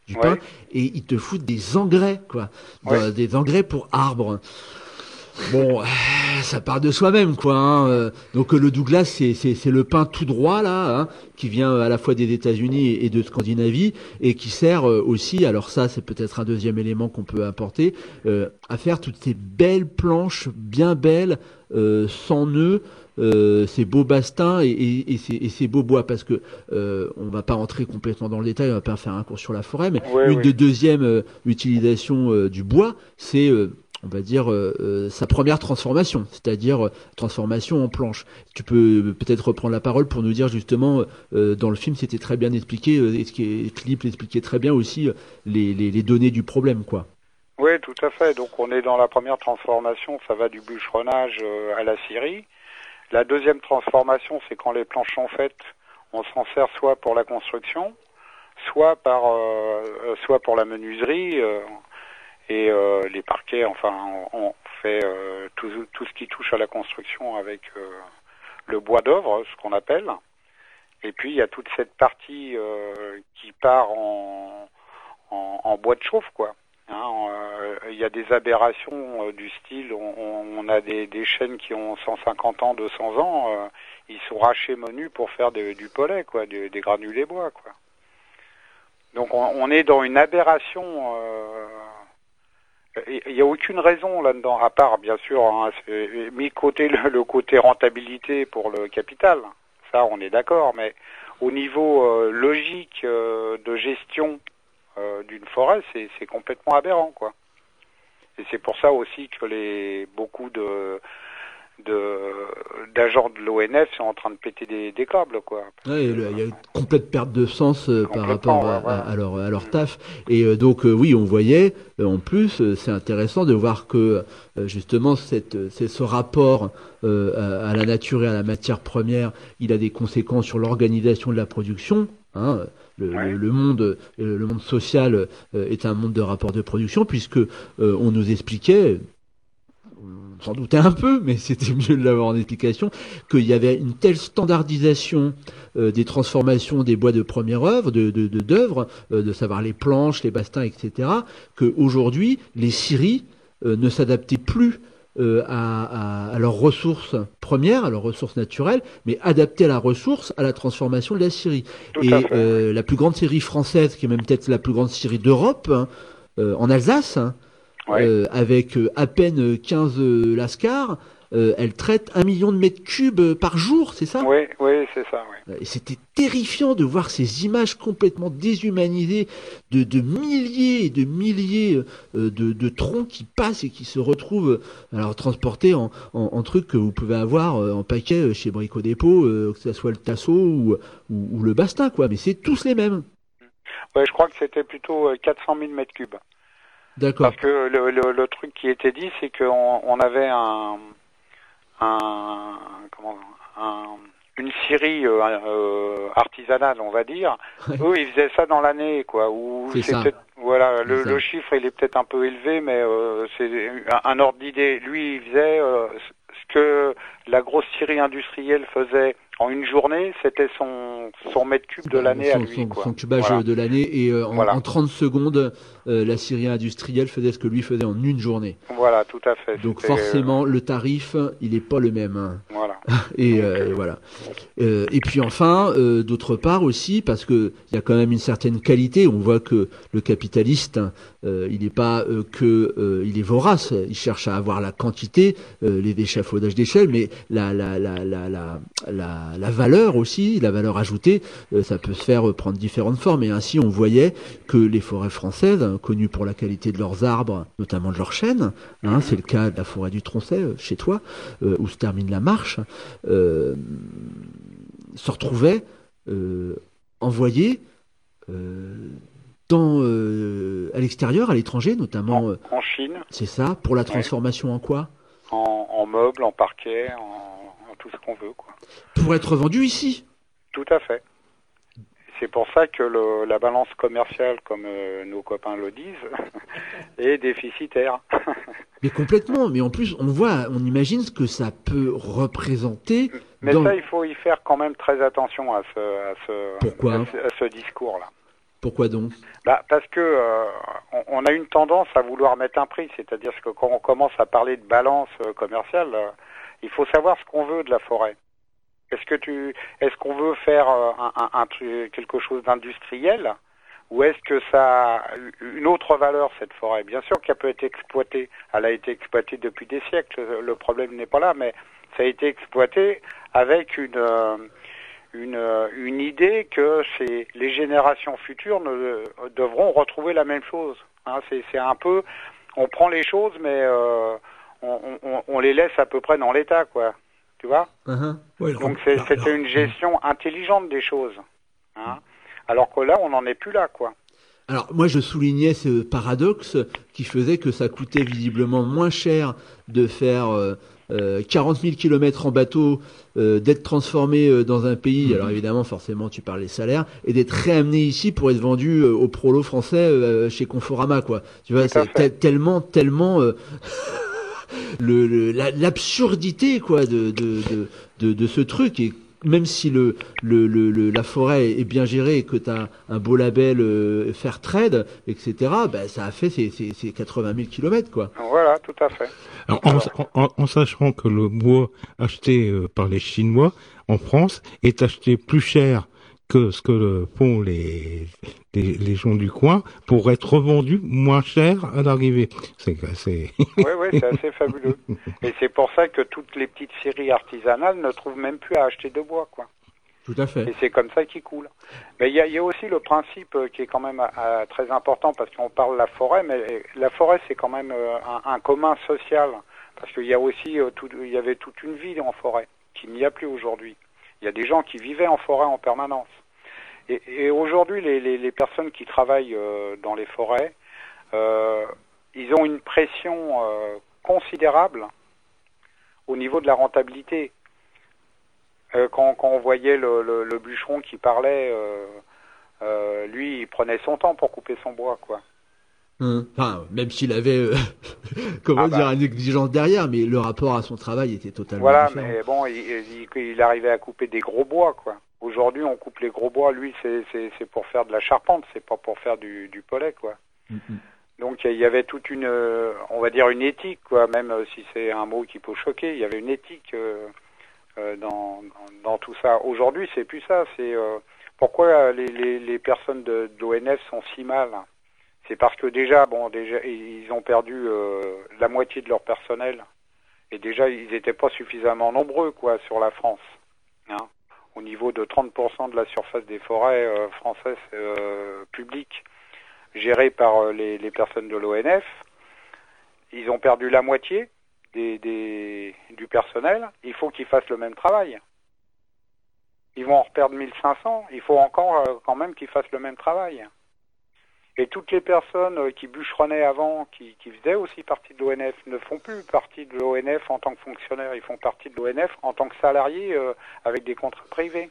du Ouais. pain, et ils te foutent des engrais, quoi, Ouais. De- des engrais pour arbres. Bon, euh, ça part de soi-même, quoi. Hein. Euh, Donc euh, le Douglas, c'est, c'est, c'est le pain tout droit là, hein, qui vient euh, à la fois des États-Unis et de Scandinavie, et qui sert euh, aussi. Alors ça, c'est peut-être un deuxième élément qu'on peut apporter, euh, à faire toutes ces belles planches, bien belles, euh, sans nœuds. Euh, ces beaux bastins et, et, et, ces, et ces beaux bois, parce que euh, on va pas rentrer complètement dans le détail, on va pas faire un cours sur la forêt, mais Ouais, une ouais. des deuxièmes euh, utilisations euh, du bois, c'est euh, on va dire euh, euh, sa première transformation, c'est-à-dire euh, transformation en planche. Tu peux euh, peut-être reprendre la parole pour nous dire justement, euh, dans le film c'était très bien expliqué, euh, et ce qui est, Philippe l'expliquait très bien aussi, euh, les, les, les données du problème, quoi. Oui, tout à fait. Donc on est dans la première transformation, ça va du bûcheronnage euh, à la scierie. La deuxième transformation, c'est quand les planches sont faites, on s'en sert soit pour la construction, soit par, euh, soit pour la menuiserie euh, et euh, les parquets. Enfin, on, on fait euh, tout, tout ce qui touche à la construction avec euh, le bois d'œuvre, ce qu'on appelle. Et puis il y a toute cette partie euh, qui part en, en, en bois de chauffe, quoi. Hein, euh, il y a des aberrations euh, du style, on, on a des, des chênes qui ont cent cinquante ans, deux cents ans, euh, ils sont rachés menus pour faire de, du pollet, quoi, des, des granulés bois, quoi. Donc on, on est dans une aberration. Il euh, n'y a aucune raison là-dedans, à part bien sûr, hein, c'est, mis de côté le, le côté rentabilité pour le capital. Ça, on est d'accord, mais au niveau euh, logique euh, de gestion Euh, d'une forêt, c'est, c'est complètement aberrant, quoi. Et c'est pour ça aussi que les beaucoup de, de d'agents de l'O N F sont en train de péter des, des câbles, quoi. Ouais, il y a une complète perte de sens euh, par rapport à, ouais, ouais. à, à leur, à leur taf. Et euh, donc euh, oui, on voyait, euh, en plus, euh, c'est intéressant de voir que euh, justement cette, c'est ce rapport euh, à, à la nature et à la matière première, il a des conséquences sur l'organisation de la production. Hein. Le, Ouais. le, le monde, euh, le monde social euh, est un monde de rapport de production, puisque euh, on nous expliquait, on s'en doutait un peu, mais c'était mieux de l'avoir en explication, qu'il y avait une telle standardisation euh, des transformations des bois de première œuvre, de, de, de d'œuvre, euh, de savoir les planches, les bastins, et cetera, qu'aujourd'hui les scieries euh, ne s'adaptaient plus euh, à, à, à leurs ressources premières, à leurs ressources naturelles, mais adaptées à la ressource, à la transformation de la scierie. Tout Et à fait. euh, la plus grande scierie française, qui est même peut-être la plus grande scierie d'Europe, hein, euh, en Alsace, hein, Ouais. euh, avec euh, à peine quinze euh, lascars, euh, elle traite un million de mètres cubes euh, par jour, c'est ça? Oui, oui, c'est ça, oui. Et c'était terrifiant de voir ces images complètement déshumanisées de, de milliers et de milliers euh, de, de troncs qui passent et qui se retrouvent euh, alors transportés en, en, en trucs que vous pouvez avoir euh, en paquet euh, chez Brico Dépôt, euh, que ce soit le Tasso ou, ou, ou le Bastin, quoi. Mais c'est tous les mêmes. Ouais, je crois que c'était plutôt euh, quatre cent mille mètres cubes. D'accord. Parce que le, le, le truc qui était dit, c'est qu'on on avait un, un, comment, un, une scierie euh, euh, artisanale, on va dire. Ouais. Eux, ils faisaient ça dans l'année, quoi. Ou C'est ça. peut-être, voilà, le, C'est ça. le chiffre, il est peut-être un peu élevé, mais euh, c'est un, un ordre d'idée. Lui, il faisait euh, ce que la grosse scierie industrielle faisait en une journée, c'était son, son mètre cube de l'année à son, lui, son, quoi. son cubage Voilà. de l'année, et euh, en, Voilà. en trente secondes, euh, la scierie industrielle faisait ce que lui faisait en une journée. Voilà, tout à fait. Donc C'était, forcément, le tarif, il est pas le même. Hein. euh, voilà. Et, Donc, euh, euh, voilà. Euh, et puis enfin, euh, d'autre part aussi, parce que il y a quand même une certaine qualité. On voit que le capitaliste, euh, il n'est pas euh, que, euh, il est vorace. Il cherche à avoir la quantité, euh, les échafaudages d'échelle, mais la la la la la la, la valeur aussi, la valeur ajoutée, euh, ça peut se faire euh, prendre différentes formes. Et ainsi, on voyait que les forêts françaises, hein, connues pour la qualité de leurs arbres, notamment de leurs chênes, hein, c'est le cas de la forêt du Troncet euh, chez toi, euh, où se termine la marche. Euh, se retrouvaient euh, envoyés euh, dans, euh, à l'extérieur, à l'étranger, notamment, en, euh, en Chine, c'est ça, pour la transformation en quoi? en, en meubles, en parquet, en, en tout ce qu'on veut, quoi. Pour être vendu ici. Tout à fait. C'est pour ça que le, la balance commerciale, comme euh, nos copains le disent, est déficitaire. Mais complètement, mais en plus, on voit, on imagine ce que ça peut représenter. Mais dans... ça, il faut y faire quand même très attention à ce, à ce, Pourquoi à ce, à ce discours-là. Pourquoi donc? Bah, parce que euh, on, on a une tendance à vouloir mettre un prix, c'est-à-dire que quand on commence à parler de balance euh, commerciale, euh, il faut savoir ce qu'on veut de la forêt. Est-ce que tu, est-ce qu'on veut faire euh, un, un, un truc, quelque chose d'industriel, ou est-ce que ça a une autre valeur cette forêt? Bien sûr qu'elle peut être exploitée, elle a été exploitée depuis des siècles, le problème n'est pas là, mais ça a été exploité avec une euh, une, une idée que c'est, les générations futures ne, devront retrouver la même chose. Hein, c'est, c'est un peu, on prend les choses, mais euh, on, on, on les laisse à peu près dans l'état, quoi. Tu vois? Uh-huh. Oui, Donc c'est, alors, c'était alors, une gestion intelligente des choses. Hein, alors que là, on n'en est plus là, quoi. Alors moi je soulignais ce paradoxe qui faisait que ça coûtait visiblement moins cher de faire euh, euh, quarante mille kilomètres en bateau, euh, d'être transformé euh, dans un pays, alors évidemment forcément tu parles des salaires, et d'être réamené ici pour être vendu euh, au prolo français euh, chez Conforama, quoi. Tu vois, Tout à c'est fait. te- tellement, tellement euh, le, le- la- l'absurdité, quoi, de, de, de, de, de ce truc. Et même si le, le, le, le- la forêt est bien gérée et que tu as un beau label euh, Fairtrade, et cetera, bah, ça a fait ces, ces, ces quatre-vingt mille kilomètres, quoi. Voilà, tout à fait. Alors, en, Alors. en- en sachant que le bois acheté euh, par les Chinois en France est acheté plus cher que ce que le font les, les, les gens du coin pour être revendu moins cher à l'arrivée. C'est, c'est... Oui, oui, c'est assez fabuleux. Et c'est pour ça que toutes les petites scieries artisanales ne trouvent même plus à acheter de bois, quoi. Tout à fait. Et c'est comme ça qu'ils coulent. Mais il y a, il y a aussi le principe euh, qui est quand même euh, très important, parce qu'on parle de la forêt, mais la forêt c'est quand même euh, un, un commun social, parce qu'il y a aussi euh, tout, il y avait toute une vie en forêt qu'il n'y a plus aujourd'hui. Il y a des gens qui vivaient en forêt en permanence. Et, et aujourd'hui, les, les, les personnes qui travaillent euh, dans les forêts, euh, ils ont une pression euh, considérable au niveau de la rentabilité. Euh, quand, quand on voyait le, le, le bûcheron qui parlait, euh, euh, lui, il prenait son temps pour couper son bois, quoi. Hum. Enfin, même s'il avait, euh, comment Ah dire, bah. une exigence derrière, mais le rapport à son travail était totalement Voilà, différent. mais bon, il, il, il arrivait à couper des gros bois, quoi. Aujourd'hui, on coupe les gros bois. Lui, c'est, c'est, c'est pour faire de la charpente, c'est pas pour faire du, du pollet, quoi. Mm-mm. Donc, il y avait toute une, euh, on va dire une éthique, quoi. Même euh, si c'est un mot qui peut choquer, il y avait une éthique euh, euh, dans, dans, dans tout ça. Aujourd'hui, c'est plus ça. C'est euh, pourquoi les, les, les personnes de, de l'O N F sont si mal. C'est parce que déjà, bon, déjà, ils ont perdu euh, la moitié de leur personnel. Et déjà, ils n'étaient pas suffisamment nombreux, quoi, sur la France. Hein, au niveau de trente pour cent de la surface des forêts euh, françaises euh, publiques, gérées par euh, les, les personnes de l'O N F, ils ont perdu la moitié des, des, du personnel. Il faut qu'ils fassent le même travail. Ils vont en reperdre mille cinq cents. Il faut encore euh, quand même qu'ils fassent le même travail. Et toutes les personnes euh, qui bûcheronnaient avant, qui, qui faisaient aussi partie de l'O N F, ne font plus partie de l'O N F en tant que fonctionnaires. Ils font partie de l'O N F en tant que salariés euh, avec des contrats privés.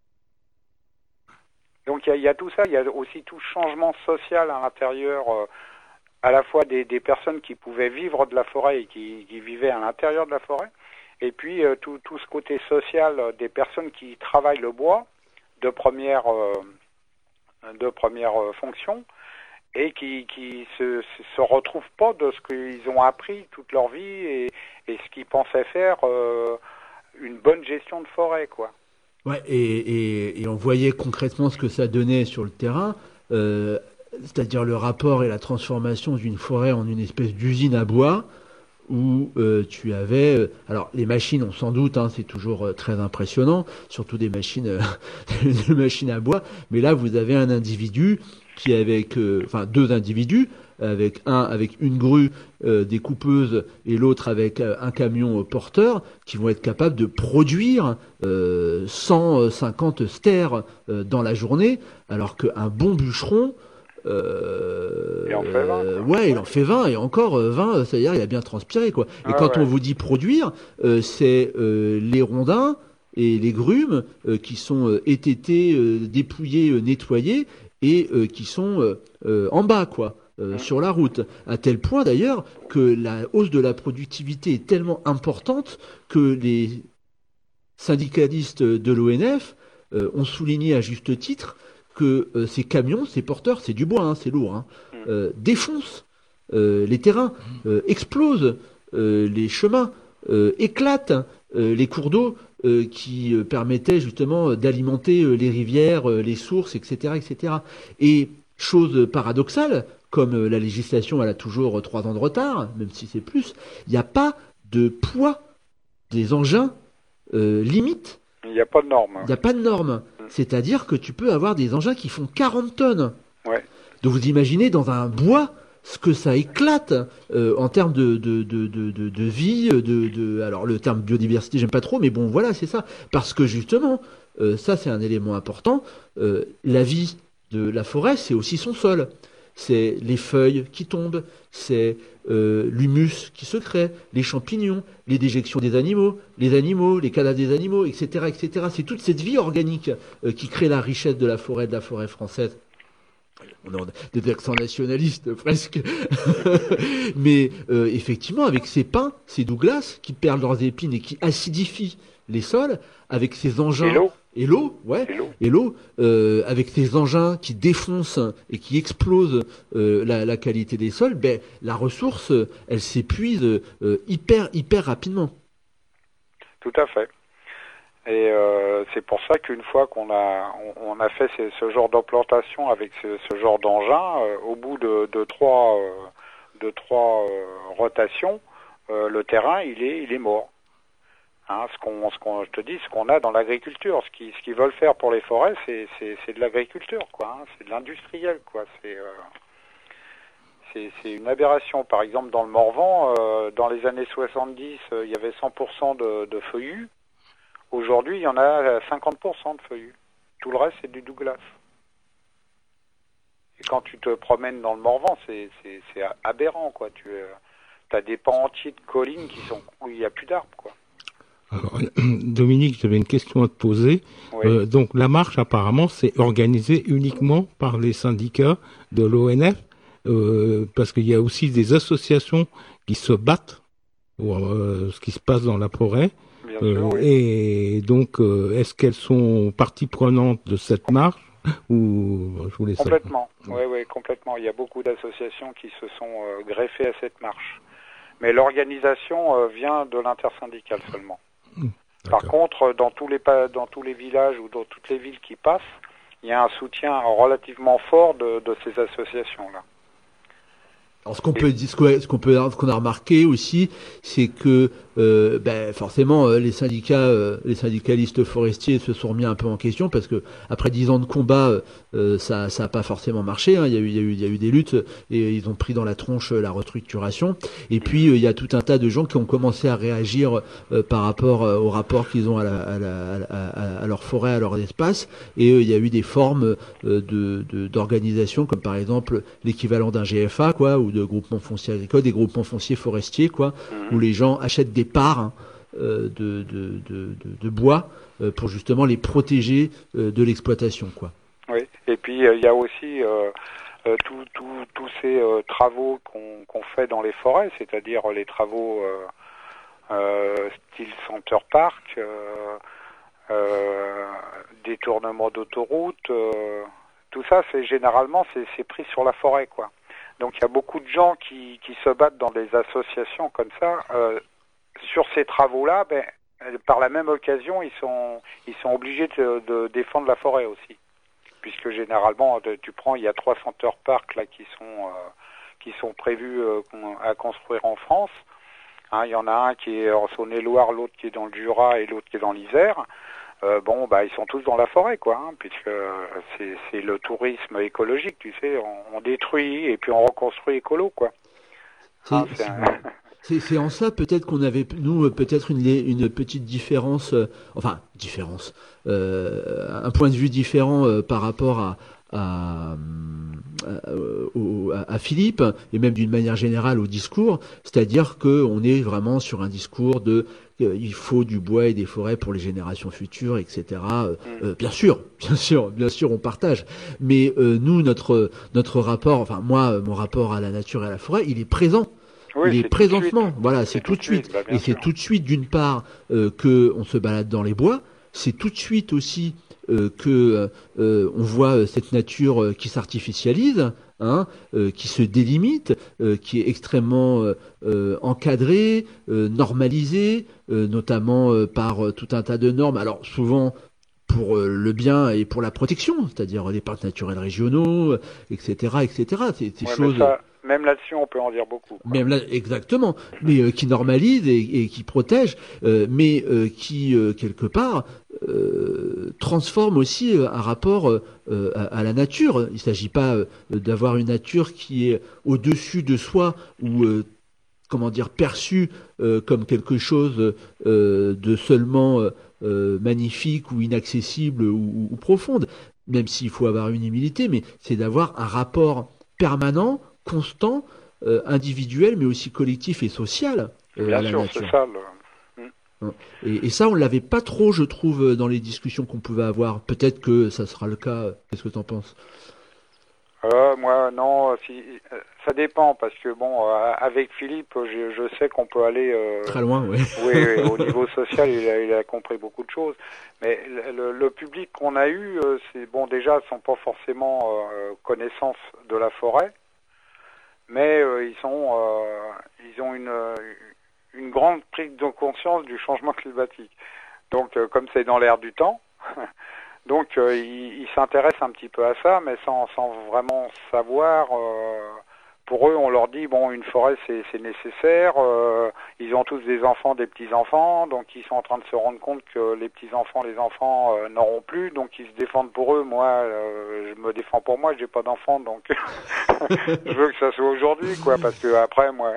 Donc il y, y a tout ça. Il y a aussi tout changement social à l'intérieur, euh, à la fois des, des personnes qui pouvaient vivre de la forêt et qui, qui vivaient à l'intérieur de la forêt, et puis euh, tout, tout ce côté social euh, des personnes qui travaillent le bois de première, euh, de première euh, fonction, et qui qui se, se retrouvent pas de ce qu'ils ont appris toute leur vie et, et ce qu'ils pensaient faire euh, une bonne gestion de forêt, quoi. Ouais, et, et, et on voyait concrètement ce que ça donnait sur le terrain, euh, c'est-à-dire le rapport et la transformation d'une forêt en une espèce d'usine à bois où euh, tu avais, euh, alors les machines, on s'en doute, hein, c'est toujours euh, très impressionnant, surtout des machines, euh, des machines à bois, mais là vous avez un individu qui avec, euh, enfin deux individus, avec un avec une grue, euh, des coupeuses et l'autre avec euh, un camion euh, porteur, qui vont être capables de produire euh, cent cinquante stères euh, dans la journée, alors qu'un bon bûcheron Euh, Il en fait vingt, euh, quoi. ouais, il en fait vingt et encore euh, vingt, c'est-à-dire il a bien transpiré, quoi. Et Ah, quand ouais. on vous dit produire, euh, c'est euh, les rondins et les grumes euh, qui sont euh, étêtés, euh, dépouillés, euh, nettoyés et euh, qui sont euh, euh, en bas, quoi. Euh, Mm. sur la route, à tel point d'ailleurs que la hausse de la productivité est tellement importante que les syndicalistes de l'O N F euh, ont souligné à juste titre que euh, ces camions, ces porteurs, c'est du bois, hein, c'est lourd, hein, euh, défoncent euh, les terrains, euh, explosent euh, les chemins, euh, éclatent euh, les cours d'eau euh, qui euh, permettaient justement d'alimenter euh, les rivières, euh, les sources, et cetera, et cetera. Et chose paradoxale, comme euh, la législation elle a toujours euh, trois ans de retard, même si c'est plus, il n'y a pas de poids des engins euh, limite. Il n'y a pas de normes. Il n'y a pas de normes. C'est-à-dire que tu peux avoir des engins qui font quarante tonnes. Ouais. Donc vous imaginez dans un bois ce que ça éclate euh, en termes de, de, de, de, de, de vie, de, de... Alors le terme biodiversité, j'aime pas trop, mais bon, voilà, c'est ça. Parce que justement, euh, ça c'est un élément important, euh, la vie de la forêt, c'est aussi son sol. C'est les feuilles qui tombent, c'est euh, l'humus qui se crée, les champignons, les déjections des animaux, les animaux, les cadavres des animaux, et cetera, et cetera. C'est toute cette vie organique euh, qui crée la richesse de la forêt, de la forêt française. On a des accents nationalistes presque, mais euh, effectivement, avec ces pins, ces douglas qui perdent leurs épines et qui acidifient les sols, avec ces engins. Et l'eau. Et l'eau, ouais, et l'eau, et l'eau euh, avec ces engins qui défoncent et qui explosent euh, la, la qualité des sols, ben la ressource, elle s'épuise euh, hyper hyper rapidement. Tout à fait. Et euh, c'est pour ça qu'une fois qu'on a on, on a fait ce, ce genre d'implantation avec ce, ce genre d'engin, euh, au bout de, de trois euh, de trois euh, rotations, euh, le terrain il est il est mort. Hein, ce qu'on, ce qu'on, je te dis, ce qu'on a dans l'agriculture, ce qu'ils, ce qu'ils veulent faire pour les forêts, c'est, c'est, c'est de l'agriculture, quoi. Hein, c'est de l'industriel, quoi. C'est, euh, c'est, c'est une aberration. Par exemple, dans le Morvan, euh, dans les années soixante-dix, euh, il y avait cent pour cent de, de feuillus. Aujourd'hui, il y en a cinquante pour cent de feuillus. Tout le reste, c'est du douglas. Et quand tu te promènes dans le Morvan, c'est, c'est, c'est aberrant, quoi. Tu euh, as des pans entiers de collines qui sont où il n'y a plus d'arbres, quoi. Alors, Dominique, j'avais une question à te poser. Oui. Euh, donc, la marche, apparemment, c'est organisée uniquement par les syndicats de l'O N F, euh, parce qu'il y a aussi des associations qui se battent pour euh, ce qui se passe dans la forêt. Bien Euh, sûr, oui. Et donc, euh, est-ce qu'elles sont partie prenante de cette marche ou je voulais savoir. Complètement. Oui, oui, complètement. Il y a beaucoup d'associations qui se sont euh, greffées à cette marche. Mais l'organisation euh, vient de l'intersyndicale seulement. D'accord. Par contre, dans tous les pa- dans tous les villages ou dans toutes les villes qui passent, il y a un soutien relativement fort de, de ces associations-là. Alors ce qu'on peut dire, ce qu'on ce qu'on peut, ce qu'on a remarqué aussi, c'est que euh, ben forcément euh, les syndicats, euh, les syndicalistes forestiers se sont remis un peu en question parce que après dix ans de combat, euh, ça, ça a pas forcément marché. Hein. Il y a eu, il y a eu, il y a eu des luttes et ils ont pris dans la tronche la restructuration. Et puis euh, il y a tout un tas de gens qui ont commencé à réagir euh, par rapport euh, au rapport qu'ils ont à, la, à, la, à, à, à leur forêt, à leur espace. Et euh, il y a eu des formes euh, de, de d'organisation comme par exemple l'équivalent d'un G F A, quoi, ou de groupements fonciers agricoles, des groupements fonciers forestiers, quoi, mmh. où les gens achètent des parts hein, euh, de, de, de, de, de bois euh, pour justement les protéger euh, de l'exploitation, quoi. Oui, et puis il euh, y a aussi euh, euh, tous tout, tout ces euh, travaux qu'on, qu'on fait dans les forêts, c'est-à-dire les travaux euh, euh, style Center Park, euh, euh, détournement d'autoroute, euh, tout ça, c'est généralement c'est, c'est pris sur la forêt, quoi. Donc il y a beaucoup de gens qui, qui se battent dans des associations comme ça. Euh, sur ces travaux-là, ben, par la même occasion, ils sont, ils sont obligés de, de défendre la forêt aussi. Puisque généralement, tu prends, il y a trois Center Park là, qui, sont, euh, qui sont prévus euh, à construire en France. Hein, il y en a un qui est en Saône-et-Loire, l'autre qui est dans le Jura et l'autre qui est dans l'Isère. Euh, bon, bah, ils sont tous dans la forêt, quoi, hein, puisque c'est, c'est le tourisme écologique, tu sais, on, on détruit et puis on reconstruit écolo, quoi. C'est, hein, c'est, c'est, un... c'est, c'est en ça peut-être qu'on avait, nous, peut-être une, une petite différence, euh, enfin, différence, euh, un point de vue différent euh, par rapport à, à, à, à Philippe, et même d'une manière générale au discours, c'est-à-dire qu'on est vraiment sur un discours de il faut du bois et des forêts pour les générations futures, et cetera. Euh, euh, bien sûr, bien sûr, bien sûr, on partage. Mais euh, nous, notre notre rapport, enfin moi, mon rapport à la nature et à la forêt, il est présent. Oui, il est présentement. Voilà, c'est, c'est tout de suite. suite. Bah, et sûr. c'est tout de suite, d'une part, euh, que on se balade dans les bois. C'est tout de suite aussi euh, que euh, on voit cette nature qui s'artificialise, hein, euh, qui se délimite, euh, qui est extrêmement euh, euh, encadrée, euh, normalisée, euh, notamment euh, par euh, tout un tas de normes. Alors souvent pour euh, le bien et pour la protection, c'est-à-dire les parcs naturels régionaux, et cetera, et cetera. C'est des Ouais, choses. mais ça, même là-dessus, on peut en dire beaucoup. quoi. Même là, exactement, mais euh, qui normalise et, et qui protège, euh, mais euh, qui euh, quelque part euh, transforme aussi euh, un rapport euh, à, à la nature. Il ne s'agit pas euh, d'avoir une nature qui est au-dessus de soi ou euh, comment dire perçue euh, comme quelque chose euh, de seulement euh, magnifique ou inaccessible ou, ou profonde. Même s'il faut avoir une humilité, mais c'est d'avoir un rapport permanent, constant, euh, individuel, mais aussi collectif et social euh, Bien à la sûr, nature. c'est ça. Le... Et, et ça, on l'avait pas trop, je trouve, dans les discussions qu'on pouvait avoir. Peut-être que ça sera le cas. Qu'est-ce que tu en penses ? Euh, moi, non, si, ça dépend, parce que bon, euh, avec Philippe, je, je sais qu'on peut aller... Euh, Très loin, ouais. Oui, oui, au niveau social, il a, il a compris beaucoup de choses. Mais le, le public qu'on a eu, euh, c'est bon, déjà, ils sont pas forcément euh, connaissance de la forêt, mais euh, ils sont, euh, ils ont une, une grande prise de conscience du changement climatique. Donc, euh, comme c'est dans l'air du temps... Donc euh, ils, ils s'intéressent un petit peu à ça, mais sans, sans vraiment savoir. Euh, pour eux, on leur dit bon, une forêt c'est, c'est nécessaire. Euh, ils ont tous des enfants, des petits enfants, donc ils sont en train de se rendre compte que les petits enfants, les enfants euh, n'auront plus, donc ils se défendent pour eux. Moi, euh, je me défends pour moi, j'ai pas d'enfants, donc je veux que ça soit aujourd'hui, quoi, parce que après, moi,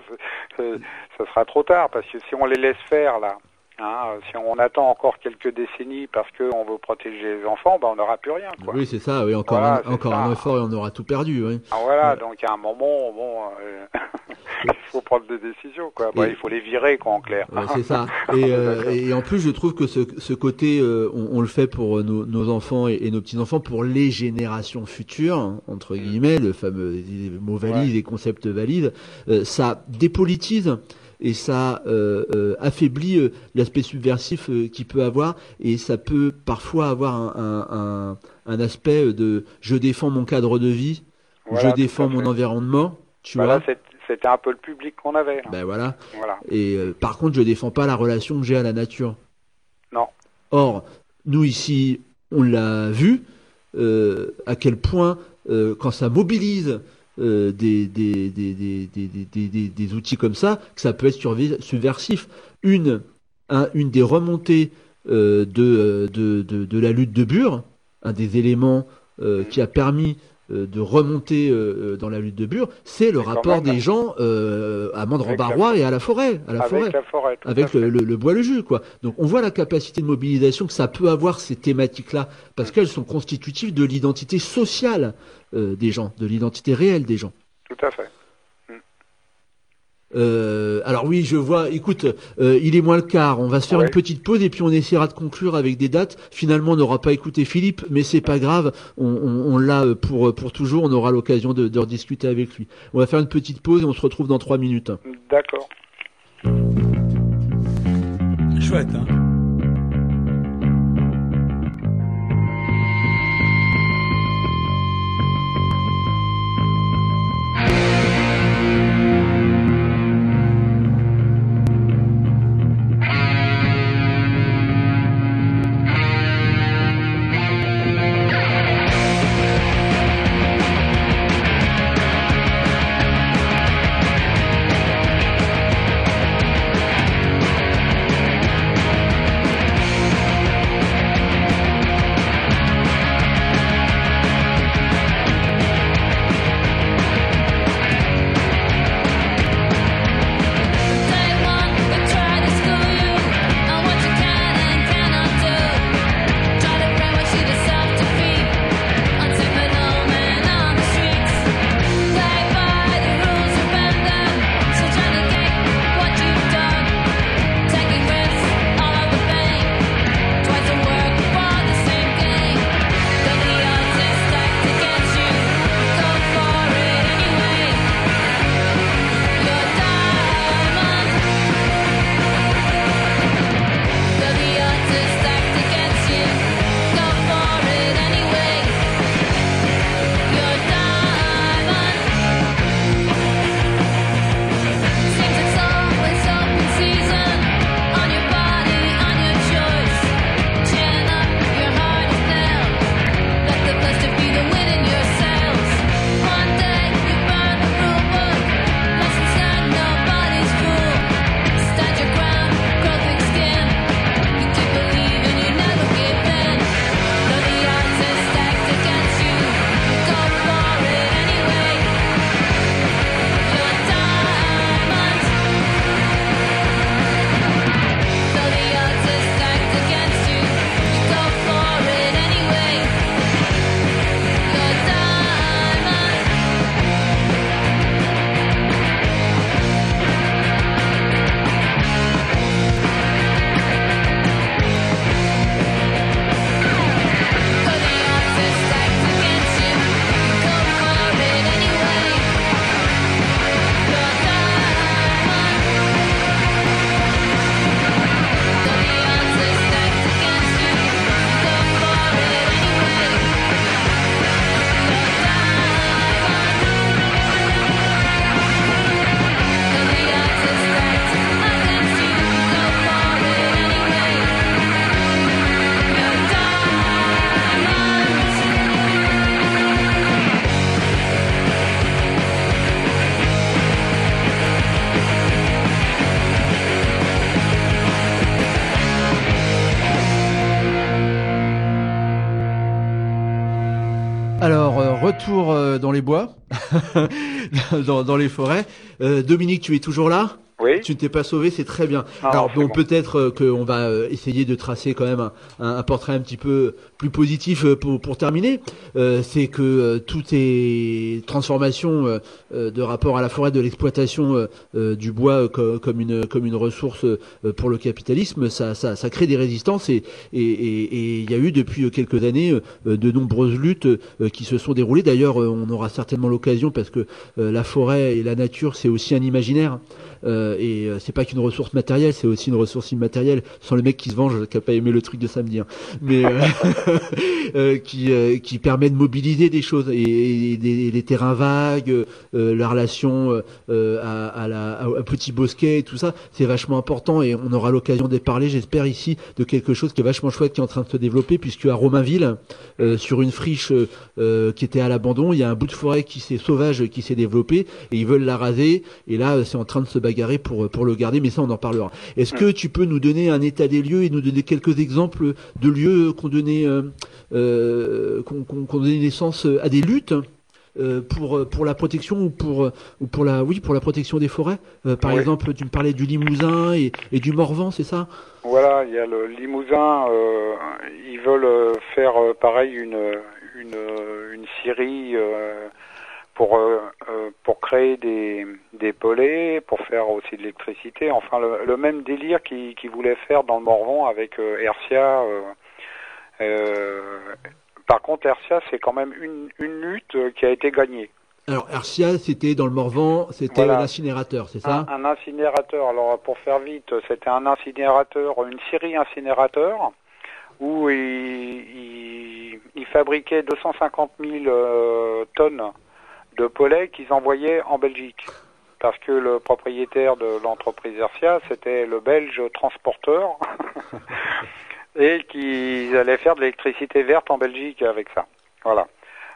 ça sera trop tard, parce que si on les laisse faire là. Hein, si on attend encore quelques décennies parce qu'on veut protéger les enfants, ben on n'aura plus rien. Quoi. Oui, c'est ça. Oui, encore voilà, un, encore un effort et on aura tout perdu. Oui. Ah, voilà, ouais. Donc à un moment, bon, euh, il faut prendre des décisions. Quoi. Ben, et... il faut les virer, quoi, en clair. Ouais, c'est ça. Et, euh, et en plus, je trouve que ce, ce côté, euh, on, on le fait pour nos, nos enfants et, et nos petits-enfants, pour les générations futures, hein, entre guillemets, le fameux mot valide, ouais. Les concepts valides, euh, ça dépolitise. Et ça euh, euh, affaiblit euh, l'aspect subversif euh, qu'il peut avoir, et ça peut parfois avoir un, un, un, un aspect de je défends mon cadre de vie, voilà, je défends mon environnement, tu bah vois. Là, c'était un peu le public qu'on avait. Là. Ben voilà. voilà. Et euh, par contre, je défends pas la relation que j'ai à la nature. Non. Or, nous ici, on l'a vu, euh, à quel point euh, quand ça mobilise Euh, des, des, des, des, des, des, des, des outils comme ça, que ça peut être subversif. Une, un, une des remontées euh, de, de, de, de la lutte de Bure, un des éléments euh, qui a permis euh, de remonter euh, dans la lutte de Bure, c'est le rapport des gens euh, à Mandran-Barrois et à la forêt, à la avec forêt, la forêt avec le, le, le bois le jus, quoi. Donc on voit la capacité de mobilisation que ça peut avoir, ces thématiques-là, parce mmh. qu'elles sont constitutives de l'identité sociale euh, des gens, de l'identité réelle des gens. Tout à fait. Euh, alors oui, je vois, écoute, euh, il est moins le quart, on va se faire ouais. une petite pause et puis on essaiera de conclure avec des dates. Finalement, on n'aura pas écouté Philippe, mais c'est pas grave, on, on, on l'a pour, pour toujours, on aura l'occasion de, de rediscuter avec lui. On va faire une petite pause et on se retrouve dans trois minutes. D'accord. Chouette, hein. retour euh, dans les bois, dans, dans les forêts. Euh, Dominique, tu es toujours là ? Oui. Tu ne t'es pas sauvé, c'est très bien. Non, Alors non, bon, bon. peut-être euh, qu'on va euh, essayer de tracer quand même un, un, un portrait un petit peu plus positif euh, pour, pour terminer. Euh, c'est que euh, toutes ces transformations euh, euh, de rapport à la forêt, de l'exploitation euh, euh, du bois euh, co- comme une comme une ressource euh, pour le capitalisme, ça, ça, ça crée des résistances et et et et il y a eu depuis quelques années euh, de nombreuses luttes euh, qui se sont déroulées. D'ailleurs, euh, on aura certainement l'occasion parce que euh, la forêt et la nature, c'est aussi un imaginaire. Euh, et euh, c'est pas qu'une ressource matérielle, c'est aussi une ressource immatérielle. Sans le mec qui se venge, qui a pas aimé le truc de samedi, hein. Mais euh, euh, qui euh, qui permet de mobiliser des choses et, et des, les terrains vagues, euh, la relation euh, à, à la à, à petit bosquet et tout ça, c'est vachement important et on aura l'occasion de parler, j'espère ici, de quelque chose qui est vachement chouette qui est en train de se développer puisque à Romainville, euh, sur une friche euh, qui était à l'abandon, il y a un bout de forêt qui s'est sauvage qui s'est développé et ils veulent la raser et là c'est en train de se bagarrer pour pour le garder, mais ça on en parlera. Est-ce que tu peux nous donner un état des lieux et nous donner quelques exemples de lieux qu'on donnait euh, euh, qu'on qu'on qu'on donnait naissance à des luttes euh, pour pour la protection ou pour ou pour la oui pour la protection des forêts. Euh, par Oui. exemple, tu me parlais du Limousin et, et du Morvan, c'est ça? Voilà, il y a le Limousin, euh, ils veulent euh, faire euh, pareil une une une scierie euh, pour euh, euh, pour créer des des pellets, pour faire aussi de l'électricité, enfin le, le même délire qu'ils qu'ils voulaient faire dans le Morvan avec euh, Hercia. Euh, euh, par contre, Hercia, c'est quand même une une lutte euh, qui a été gagnée. Alors, Hercia, c'était dans le Morvan, c'était Voilà. un incinérateur, c'est ça? Un, un incinérateur. Alors, pour faire vite, c'était un incinérateur, une scierie incinérateur, où il, il, il fabriquait deux cent cinquante mille euh, tonnes de pellets qu'ils envoyaient en Belgique. Parce que le propriétaire de l'entreprise Hercia, c'était le Belge transporteur, et qu'ils allaient faire de l'électricité verte en Belgique avec ça. Voilà.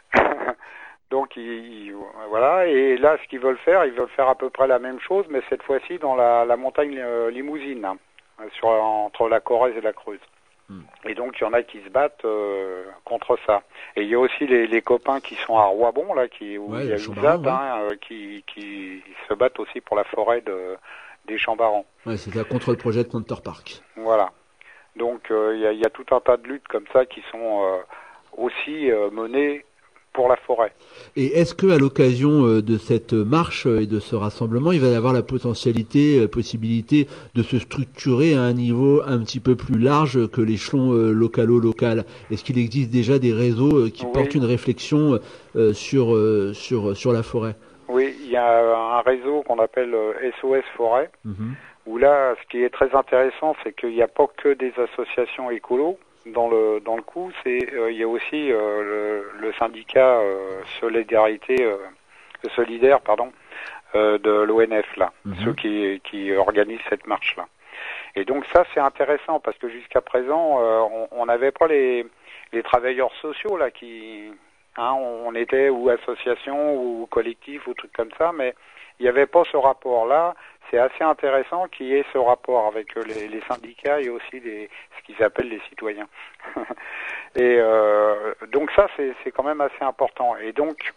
Donc, ils, ils- voilà. Et là, ce qu'ils veulent faire, ils veulent faire à peu près la même chose, mais cette fois-ci dans la, la montagne euh, Limousine, hein, sur, entre la Corrèze et la Creuse. Hmm. Et donc, il y en a qui se battent euh, contre ça. Et il y a aussi les, les copains qui sont à Roibon, là, qui, où Ouais, il y a les une Chambarans, Z A D, hein, euh, qui, qui se battent aussi pour la forêt de, des Chambarans. Ouais, c'était contre le projet de Counter Park. Voilà. Donc, euh, il y, a, il y a tout un tas de luttes comme ça qui sont euh, aussi euh, menées pour la forêt. Et est-ce que à l'occasion euh, de cette marche euh, et de ce rassemblement, il va y avoir la potentialité, la possibilité de se structurer à un niveau un petit peu plus large que l'échelon euh, localo-local? Est-ce qu'il existe déjà des réseaux euh, qui Oui. portent une réflexion euh, sur euh, sur sur la forêt? Oui, il y a un réseau qu'on appelle euh, S O S Forêt, Mhm. où là, ce qui est très intéressant, c'est qu'il n'y a pas que des associations écolos dans le dans le coup, c'est euh, il y a aussi euh, le, le syndicat euh, Solidarité euh, solidaire, pardon, euh, de l'O N F là, Mhm. ceux qui qui organisent cette marche là. Et donc ça, c'est intéressant parce que jusqu'à présent, euh, on on n'avait pas les les travailleurs sociaux là qui hein, on était ou association ou collectif ou trucs comme ça, mais il n'y avait pas ce rapport-là. C'est assez intéressant qu'il y ait ce rapport avec les, les syndicats et aussi les, ce qu'ils appellent les citoyens. Et euh, donc ça, c'est, c'est quand même assez important. Et donc,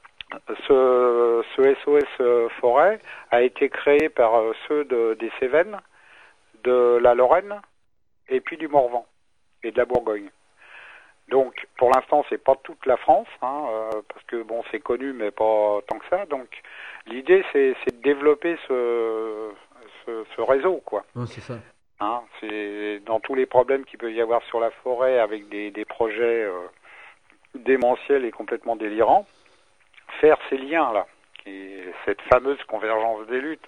ce, ce S O S Forêt a été créé par ceux de, des Cévennes, de la Lorraine et puis du Morvan et de la Bourgogne. Donc, pour l'instant, c'est pas toute la France, hein, euh, parce que bon, c'est connu, mais pas tant que ça. Donc, l'idée, c'est, c'est de développer ce, ce, ce réseau, quoi. Ouais, c'est ça. Hein, c'est dans tous les problèmes qu'il peut y avoir sur la forêt, avec des, des projets euh, démentiels et complètement délirants, faire ces liens-là, qui, cette fameuse convergence des luttes.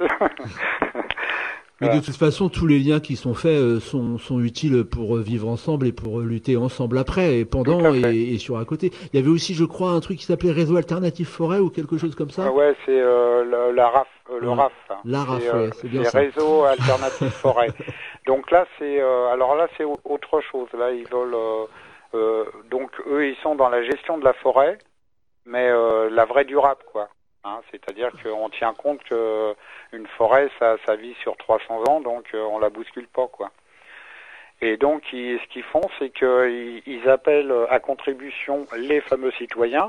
Mais Voilà. de toute façon, tous les liens qui sont faits euh, sont, sont utiles pour euh, vivre ensemble et pour euh, lutter ensemble après et Tout pendant à fait. et, et sur à côté. Il y avait aussi, je crois, un truc qui s'appelait Réseau Alternatif Forêt ou quelque chose comme ça. Ah ouais, c'est euh, le, la R A F, euh, le Ouais. R A F. hein. La R A F, c'est, ouais, c'est bien ça. Réseau Alternatif Forêt. Donc là, c'est euh, alors là, c'est au- autre chose. Là, ils veulent euh, euh, donc eux, ils sont dans la gestion de la forêt, mais euh, la vraie durable, quoi. Hein, c'est-à-dire qu'on tient compte que une forêt, ça, ça vit sur trois cents ans, donc euh, on la bouscule pas, quoi. Et donc, ils, ce qu'ils font, c'est qu'ils ils appellent à contribution les fameux citoyens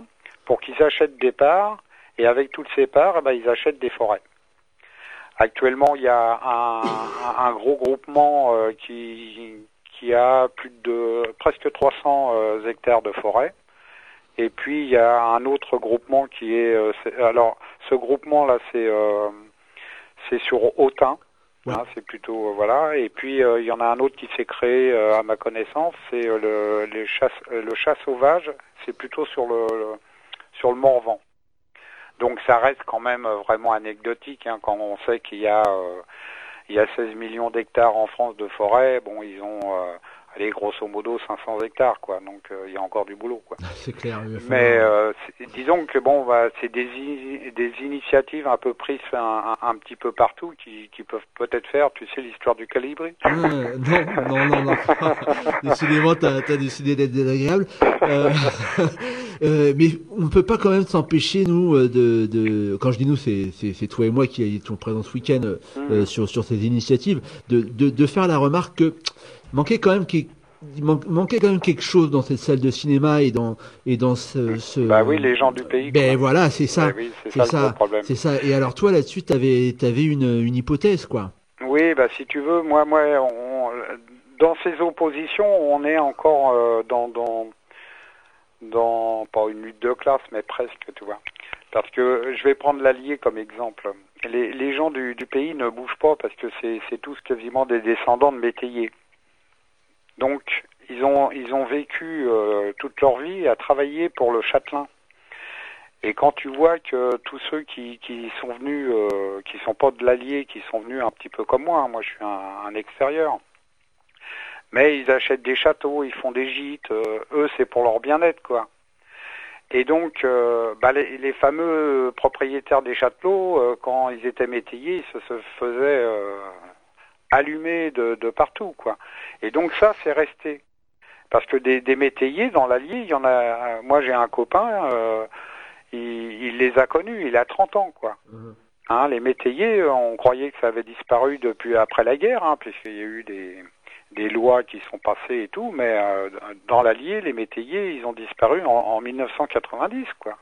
pour qu'ils achètent des parts, et avec toutes ces parts, eh ben, ils achètent des forêts. Actuellement, il y a un, un gros groupement euh, qui, qui a plus de presque trois cents euh, hectares de forêt. Et puis, il y a un autre groupement qui est... Euh, c'est, alors, ce groupement-là, c'est, euh, c'est sur Autun. Ouais. Hein, c'est plutôt... Euh, voilà. Et puis, euh, il y en a un autre qui s'est créé, euh, à ma connaissance, c'est euh, le, les chasse, euh, le chat sauvage. C'est plutôt sur le, le, sur le Morvan. Donc ça reste quand même vraiment anecdotique hein, quand on sait qu'il y a euh, il y a seize millions d'hectares en France de forêt. Bon, ils ont euh, allez grosso modo cinq cents hectares quoi. Donc euh, il y a encore du boulot quoi. C'est clair. Mais euh, disons que bon bah c'est des i- des initiatives un peu prises un, un, un petit peu partout qui qui peuvent peut-être faire tu sais l'histoire du colibri. Euh, non non non non. Décidément t'as t'as décidé d'être désagréable. Euh... Euh, mais on ne peut pas quand même s'empêcher nous de, de quand je dis nous c'est c'est, c'est toi et moi qui étions présents ce week-end euh, mmh. sur sur ces initiatives de, de de faire la remarque que manquait quand même qu'il manquait quand même quelque chose dans cette salle de cinéma et dans et dans ce, ce... bah oui les gens du pays ben quoi. Voilà c'est ça, oui, c'est, c'est ça, ça c'est ça et alors toi là-dessus t'avais t'avais une une hypothèse quoi. Oui bah si tu veux moi moi on, dans ces oppositions on est encore euh, dans dans dans pas une lutte de classe mais presque tu vois parce que je vais prendre l'Allier comme exemple les les gens du du pays ne bougent pas parce que c'est c'est tous quasiment des descendants de métayers donc ils ont ils ont vécu euh, toute leur vie à travailler pour le châtelain et quand tu vois que tous ceux qui qui sont venus euh, qui sont pas de l'Allier qui sont venus un petit peu comme moi hein, moi je suis un, un extérieur mais ils achètent des châteaux, ils font des gîtes, euh, eux c'est pour leur bien-être quoi. Et donc euh, bah, les, les fameux propriétaires des châteaux, euh, quand ils étaient métayers, ils se, se faisaient euh, allumer de, de partout quoi. Et donc ça c'est resté. Parce que des, des métayers dans l'Allier, il y en a. Moi j'ai un copain, euh, il, il les a connus, il a trente ans quoi. Mmh. Hein, les métayers, on croyait que ça avait disparu depuis après la guerre, hein, puisqu'il y a eu des des lois qui sont passées et tout, mais euh, dans l'Allier, les métayers, ils ont disparu en, en mille neuf cent quatre-vingt-dix, quoi.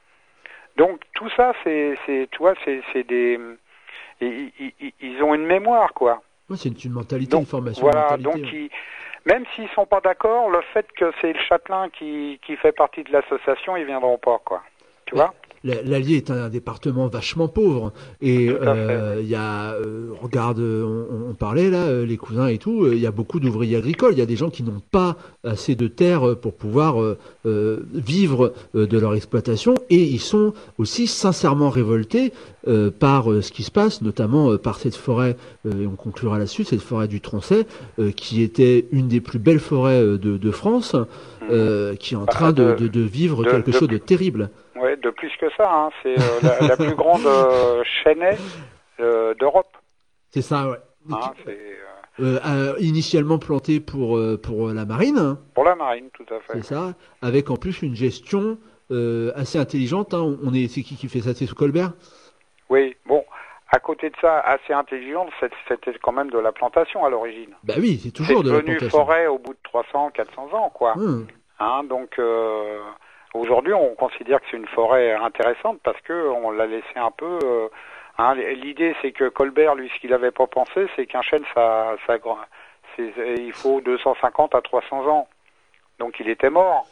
Donc tout ça, c'est, c'est, tu vois, c'est, c'est des, ils, ils, ils ont une mémoire, quoi. Ouais, c'est une, une mentalité, donc, une formation. Voilà, mentalité, donc ouais. ils, même s'ils sont pas d'accord, le fait que c'est le châtelain qui qui fait partie de l'association, ils viendront pas, quoi. Tu vois. L'Allier est un département vachement pauvre et il euh, y a, euh, regarde, on, on parlait là, euh, les cousins et tout, il euh, y a beaucoup d'ouvriers agricoles, il y a des gens qui n'ont pas assez de terre pour pouvoir euh, euh, vivre euh, de leur exploitation et ils sont aussi sincèrement révoltés euh, par euh, ce qui se passe, notamment euh, par cette forêt, euh, et on conclura là-dessus, cette forêt du Tronchet, euh, qui était une des plus belles forêts de, de France, euh, qui est en train de, de, de vivre de, quelque de, chose de terrible. Oui, de plus que ça, hein. C'est euh, la, la plus grande euh, chênaie euh, d'Europe. C'est ça, ouais. Hein, c'est, euh... Euh, euh, initialement plantée pour euh, pour la marine. Hein. Pour la marine, tout à fait. C'est ça, avec en plus une gestion euh, assez intelligente. Hein. On est, c'est qui qui fait ça, c'est sous Colbert. Oui, bon. À côté de ça, assez intelligente, c'était quand même de la plantation à l'origine. Bah oui, c'est toujours c'est de la plantation. C'est devenu forêt au bout de trois cents, quatre cents ans, quoi. Hum. Hein, donc. Euh... Aujourd'hui, on considère que c'est une forêt intéressante parce que on l'a laissé un peu. Euh, hein, l'idée, c'est que Colbert, lui, ce qu'il n'avait pas pensé, c'est qu'un chêne, ça, ça, c'est, il faut deux cent cinquante à trois cents ans. Donc, il était mort.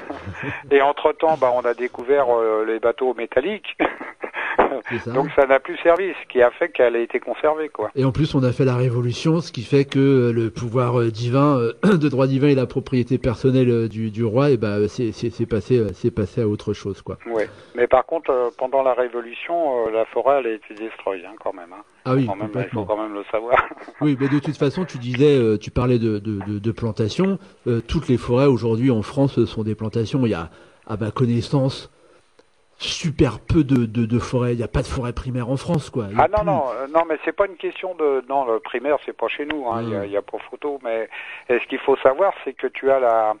Et entre-temps, bah, on a découvert euh, les bateaux métalliques. Ça. Donc ça n'a plus servi, ce qui a fait qu'elle a été conservée, quoi. Et en plus, on a fait la révolution, ce qui fait que le pouvoir divin, euh, de droit divin et la propriété personnelle du, du roi, et ben, c'est, c'est, c'est passé, c'est passé à autre chose, quoi. Ouais. Mais par contre, euh, pendant la révolution, euh, la forêt, elle a été détruite, hein, quand même. Hein. Ah oui, quand même, il faut quand même le savoir. Oui, mais de toute façon, tu disais, euh, tu parlais de, de, de, de plantations. Euh, toutes les forêts aujourd'hui en France sont des plantations. Il y a, à ma connaissance, super peu de, de, de forêts. Il n'y a pas de forêt primaire en France, quoi. Ah non, plus... non, euh, non, mais c'est pas une question de... Non, le primaire, c'est pas chez nous, hein. Il mmh. y, y a pas photo. Mais et ce qu'il faut savoir, c'est que tu as la...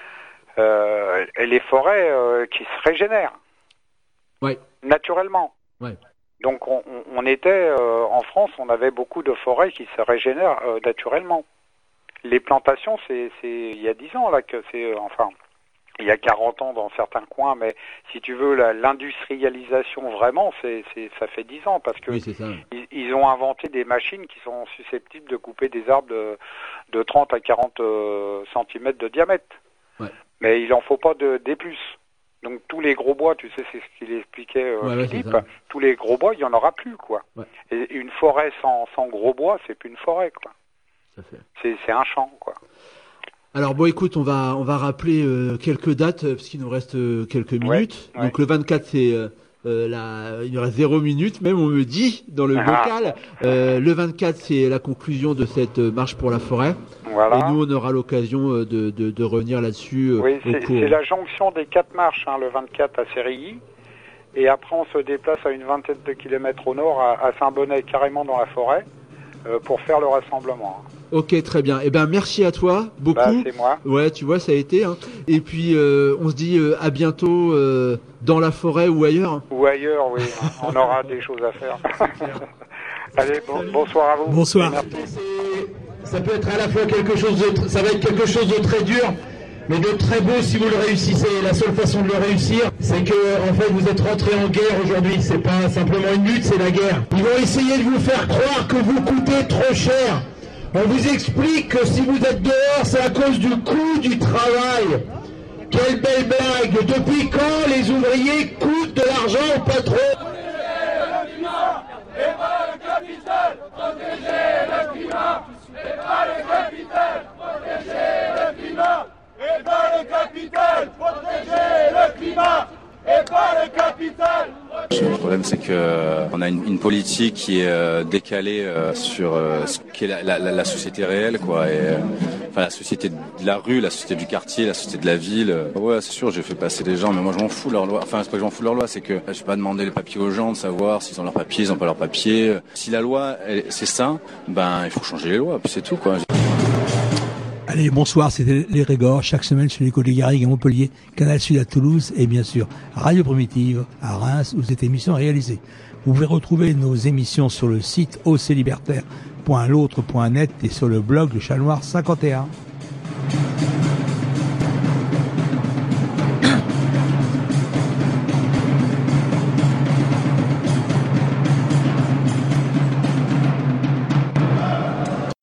Euh, les forêts euh, qui se régénèrent. Ouais. Naturellement. Ouais. Donc on, on était... Euh, en France, on avait beaucoup de forêts qui se régénèrent euh, naturellement. Les plantations, c'est, c'est il y a dix ans, là, que c'est... Euh, enfin... il y a quarante ans dans certains coins, mais si tu veux, la, l'industrialisation vraiment, c'est, c'est, ça fait dix ans, parce que oui, c'est ça. Ils, ils ont inventé des machines qui sont susceptibles de couper des arbres de, de trente à quarante euh, centimètres de diamètre. Ouais. Mais il en faut pas de, des plus. Donc tous les gros bois, tu sais, c'est ce qu'il expliquait euh, ouais, Philippe, ouais, tous les gros bois, il y en aura plus, quoi. Ouais. Et une forêt sans, sans gros bois, c'est plus une forêt, quoi. Ça fait. C'est, c'est un champ, quoi. Alors bon, écoute, on va on va rappeler euh, quelques dates euh, parce qu'il nous reste euh, quelques minutes. Ouais, ouais. Donc le vingt-quatre, c'est euh, euh, la, il nous reste zéro minute, même on me dit dans le Ah. bocal. Euh, le vingt-quatre, c'est la conclusion de cette euh, marche pour la forêt. Voilà. Et nous, on aura l'occasion euh, de, de de revenir là-dessus. Euh, oui, au c'est, cours. c'est la jonction des quatre marches, hein, le vingt-quatre à Sérilly. Et après, on se déplace à une vingtaine de kilomètres au nord, à, à Saint-Bonnet, carrément dans la forêt, euh, pour faire le rassemblement. Ok, très bien. Eh ben, merci à toi beaucoup. Bah, c'est moi. Ouais, tu vois, ça a été. Hein. Et puis, euh, on se dit euh, à bientôt euh, dans la forêt ou ailleurs. Ou ailleurs, oui. On aura des choses à faire. Allez, bon, bonsoir à vous. Bonsoir. Merci. Ça peut être à la fois quelque chose de, tr- ça va être quelque chose de très dur, mais de très beau si vous le réussissez. La seule façon de le réussir, c'est que, en fait, vous êtes rentré en guerre aujourd'hui. C'est pas simplement une lutte, c'est la guerre. Ils vont essayer de vous faire croire que vous coûtez trop cher. On vous explique que si vous êtes dehors, c'est à cause du coût du travail. Quelle belle blague. Depuis quand les ouvriers coûtent de l'argent au patron? Et pas le capital, protéger le climat. Et pas le capital, protéger le climat. Et pas le capital, protéger le climat. Et pas le capital. Le problème, c'est que euh, on a une, une politique qui est euh, décalée euh, sur euh, ce qu'est la, la, la société réelle, quoi. Et, euh, enfin, la société de la rue, la société du quartier, la société de la ville. Euh, ouais, c'est sûr, j'ai fait passer des gens, mais moi, je m'en fous de leur loi. Enfin, c'est pas que je m'en fous de leur loi, c'est que je vais pas demander les papiers aux gens de savoir s'ils ont leurs papiers, ils ont pas leurs papiers. Si la loi, elle, c'est ça, ben, il faut changer les lois, puis c'est tout, quoi. Allez, bonsoir, c'était les Régors, chaque semaine sur l'école des Garrigues à Montpellier, Canal Sud à Toulouse et bien sûr Radio Primitive à Reims où cette émission est réalisée. Vous pouvez retrouver nos émissions sur le site o c libertaire point l'autre point net et sur le blog de Chat Noir cinquante et un.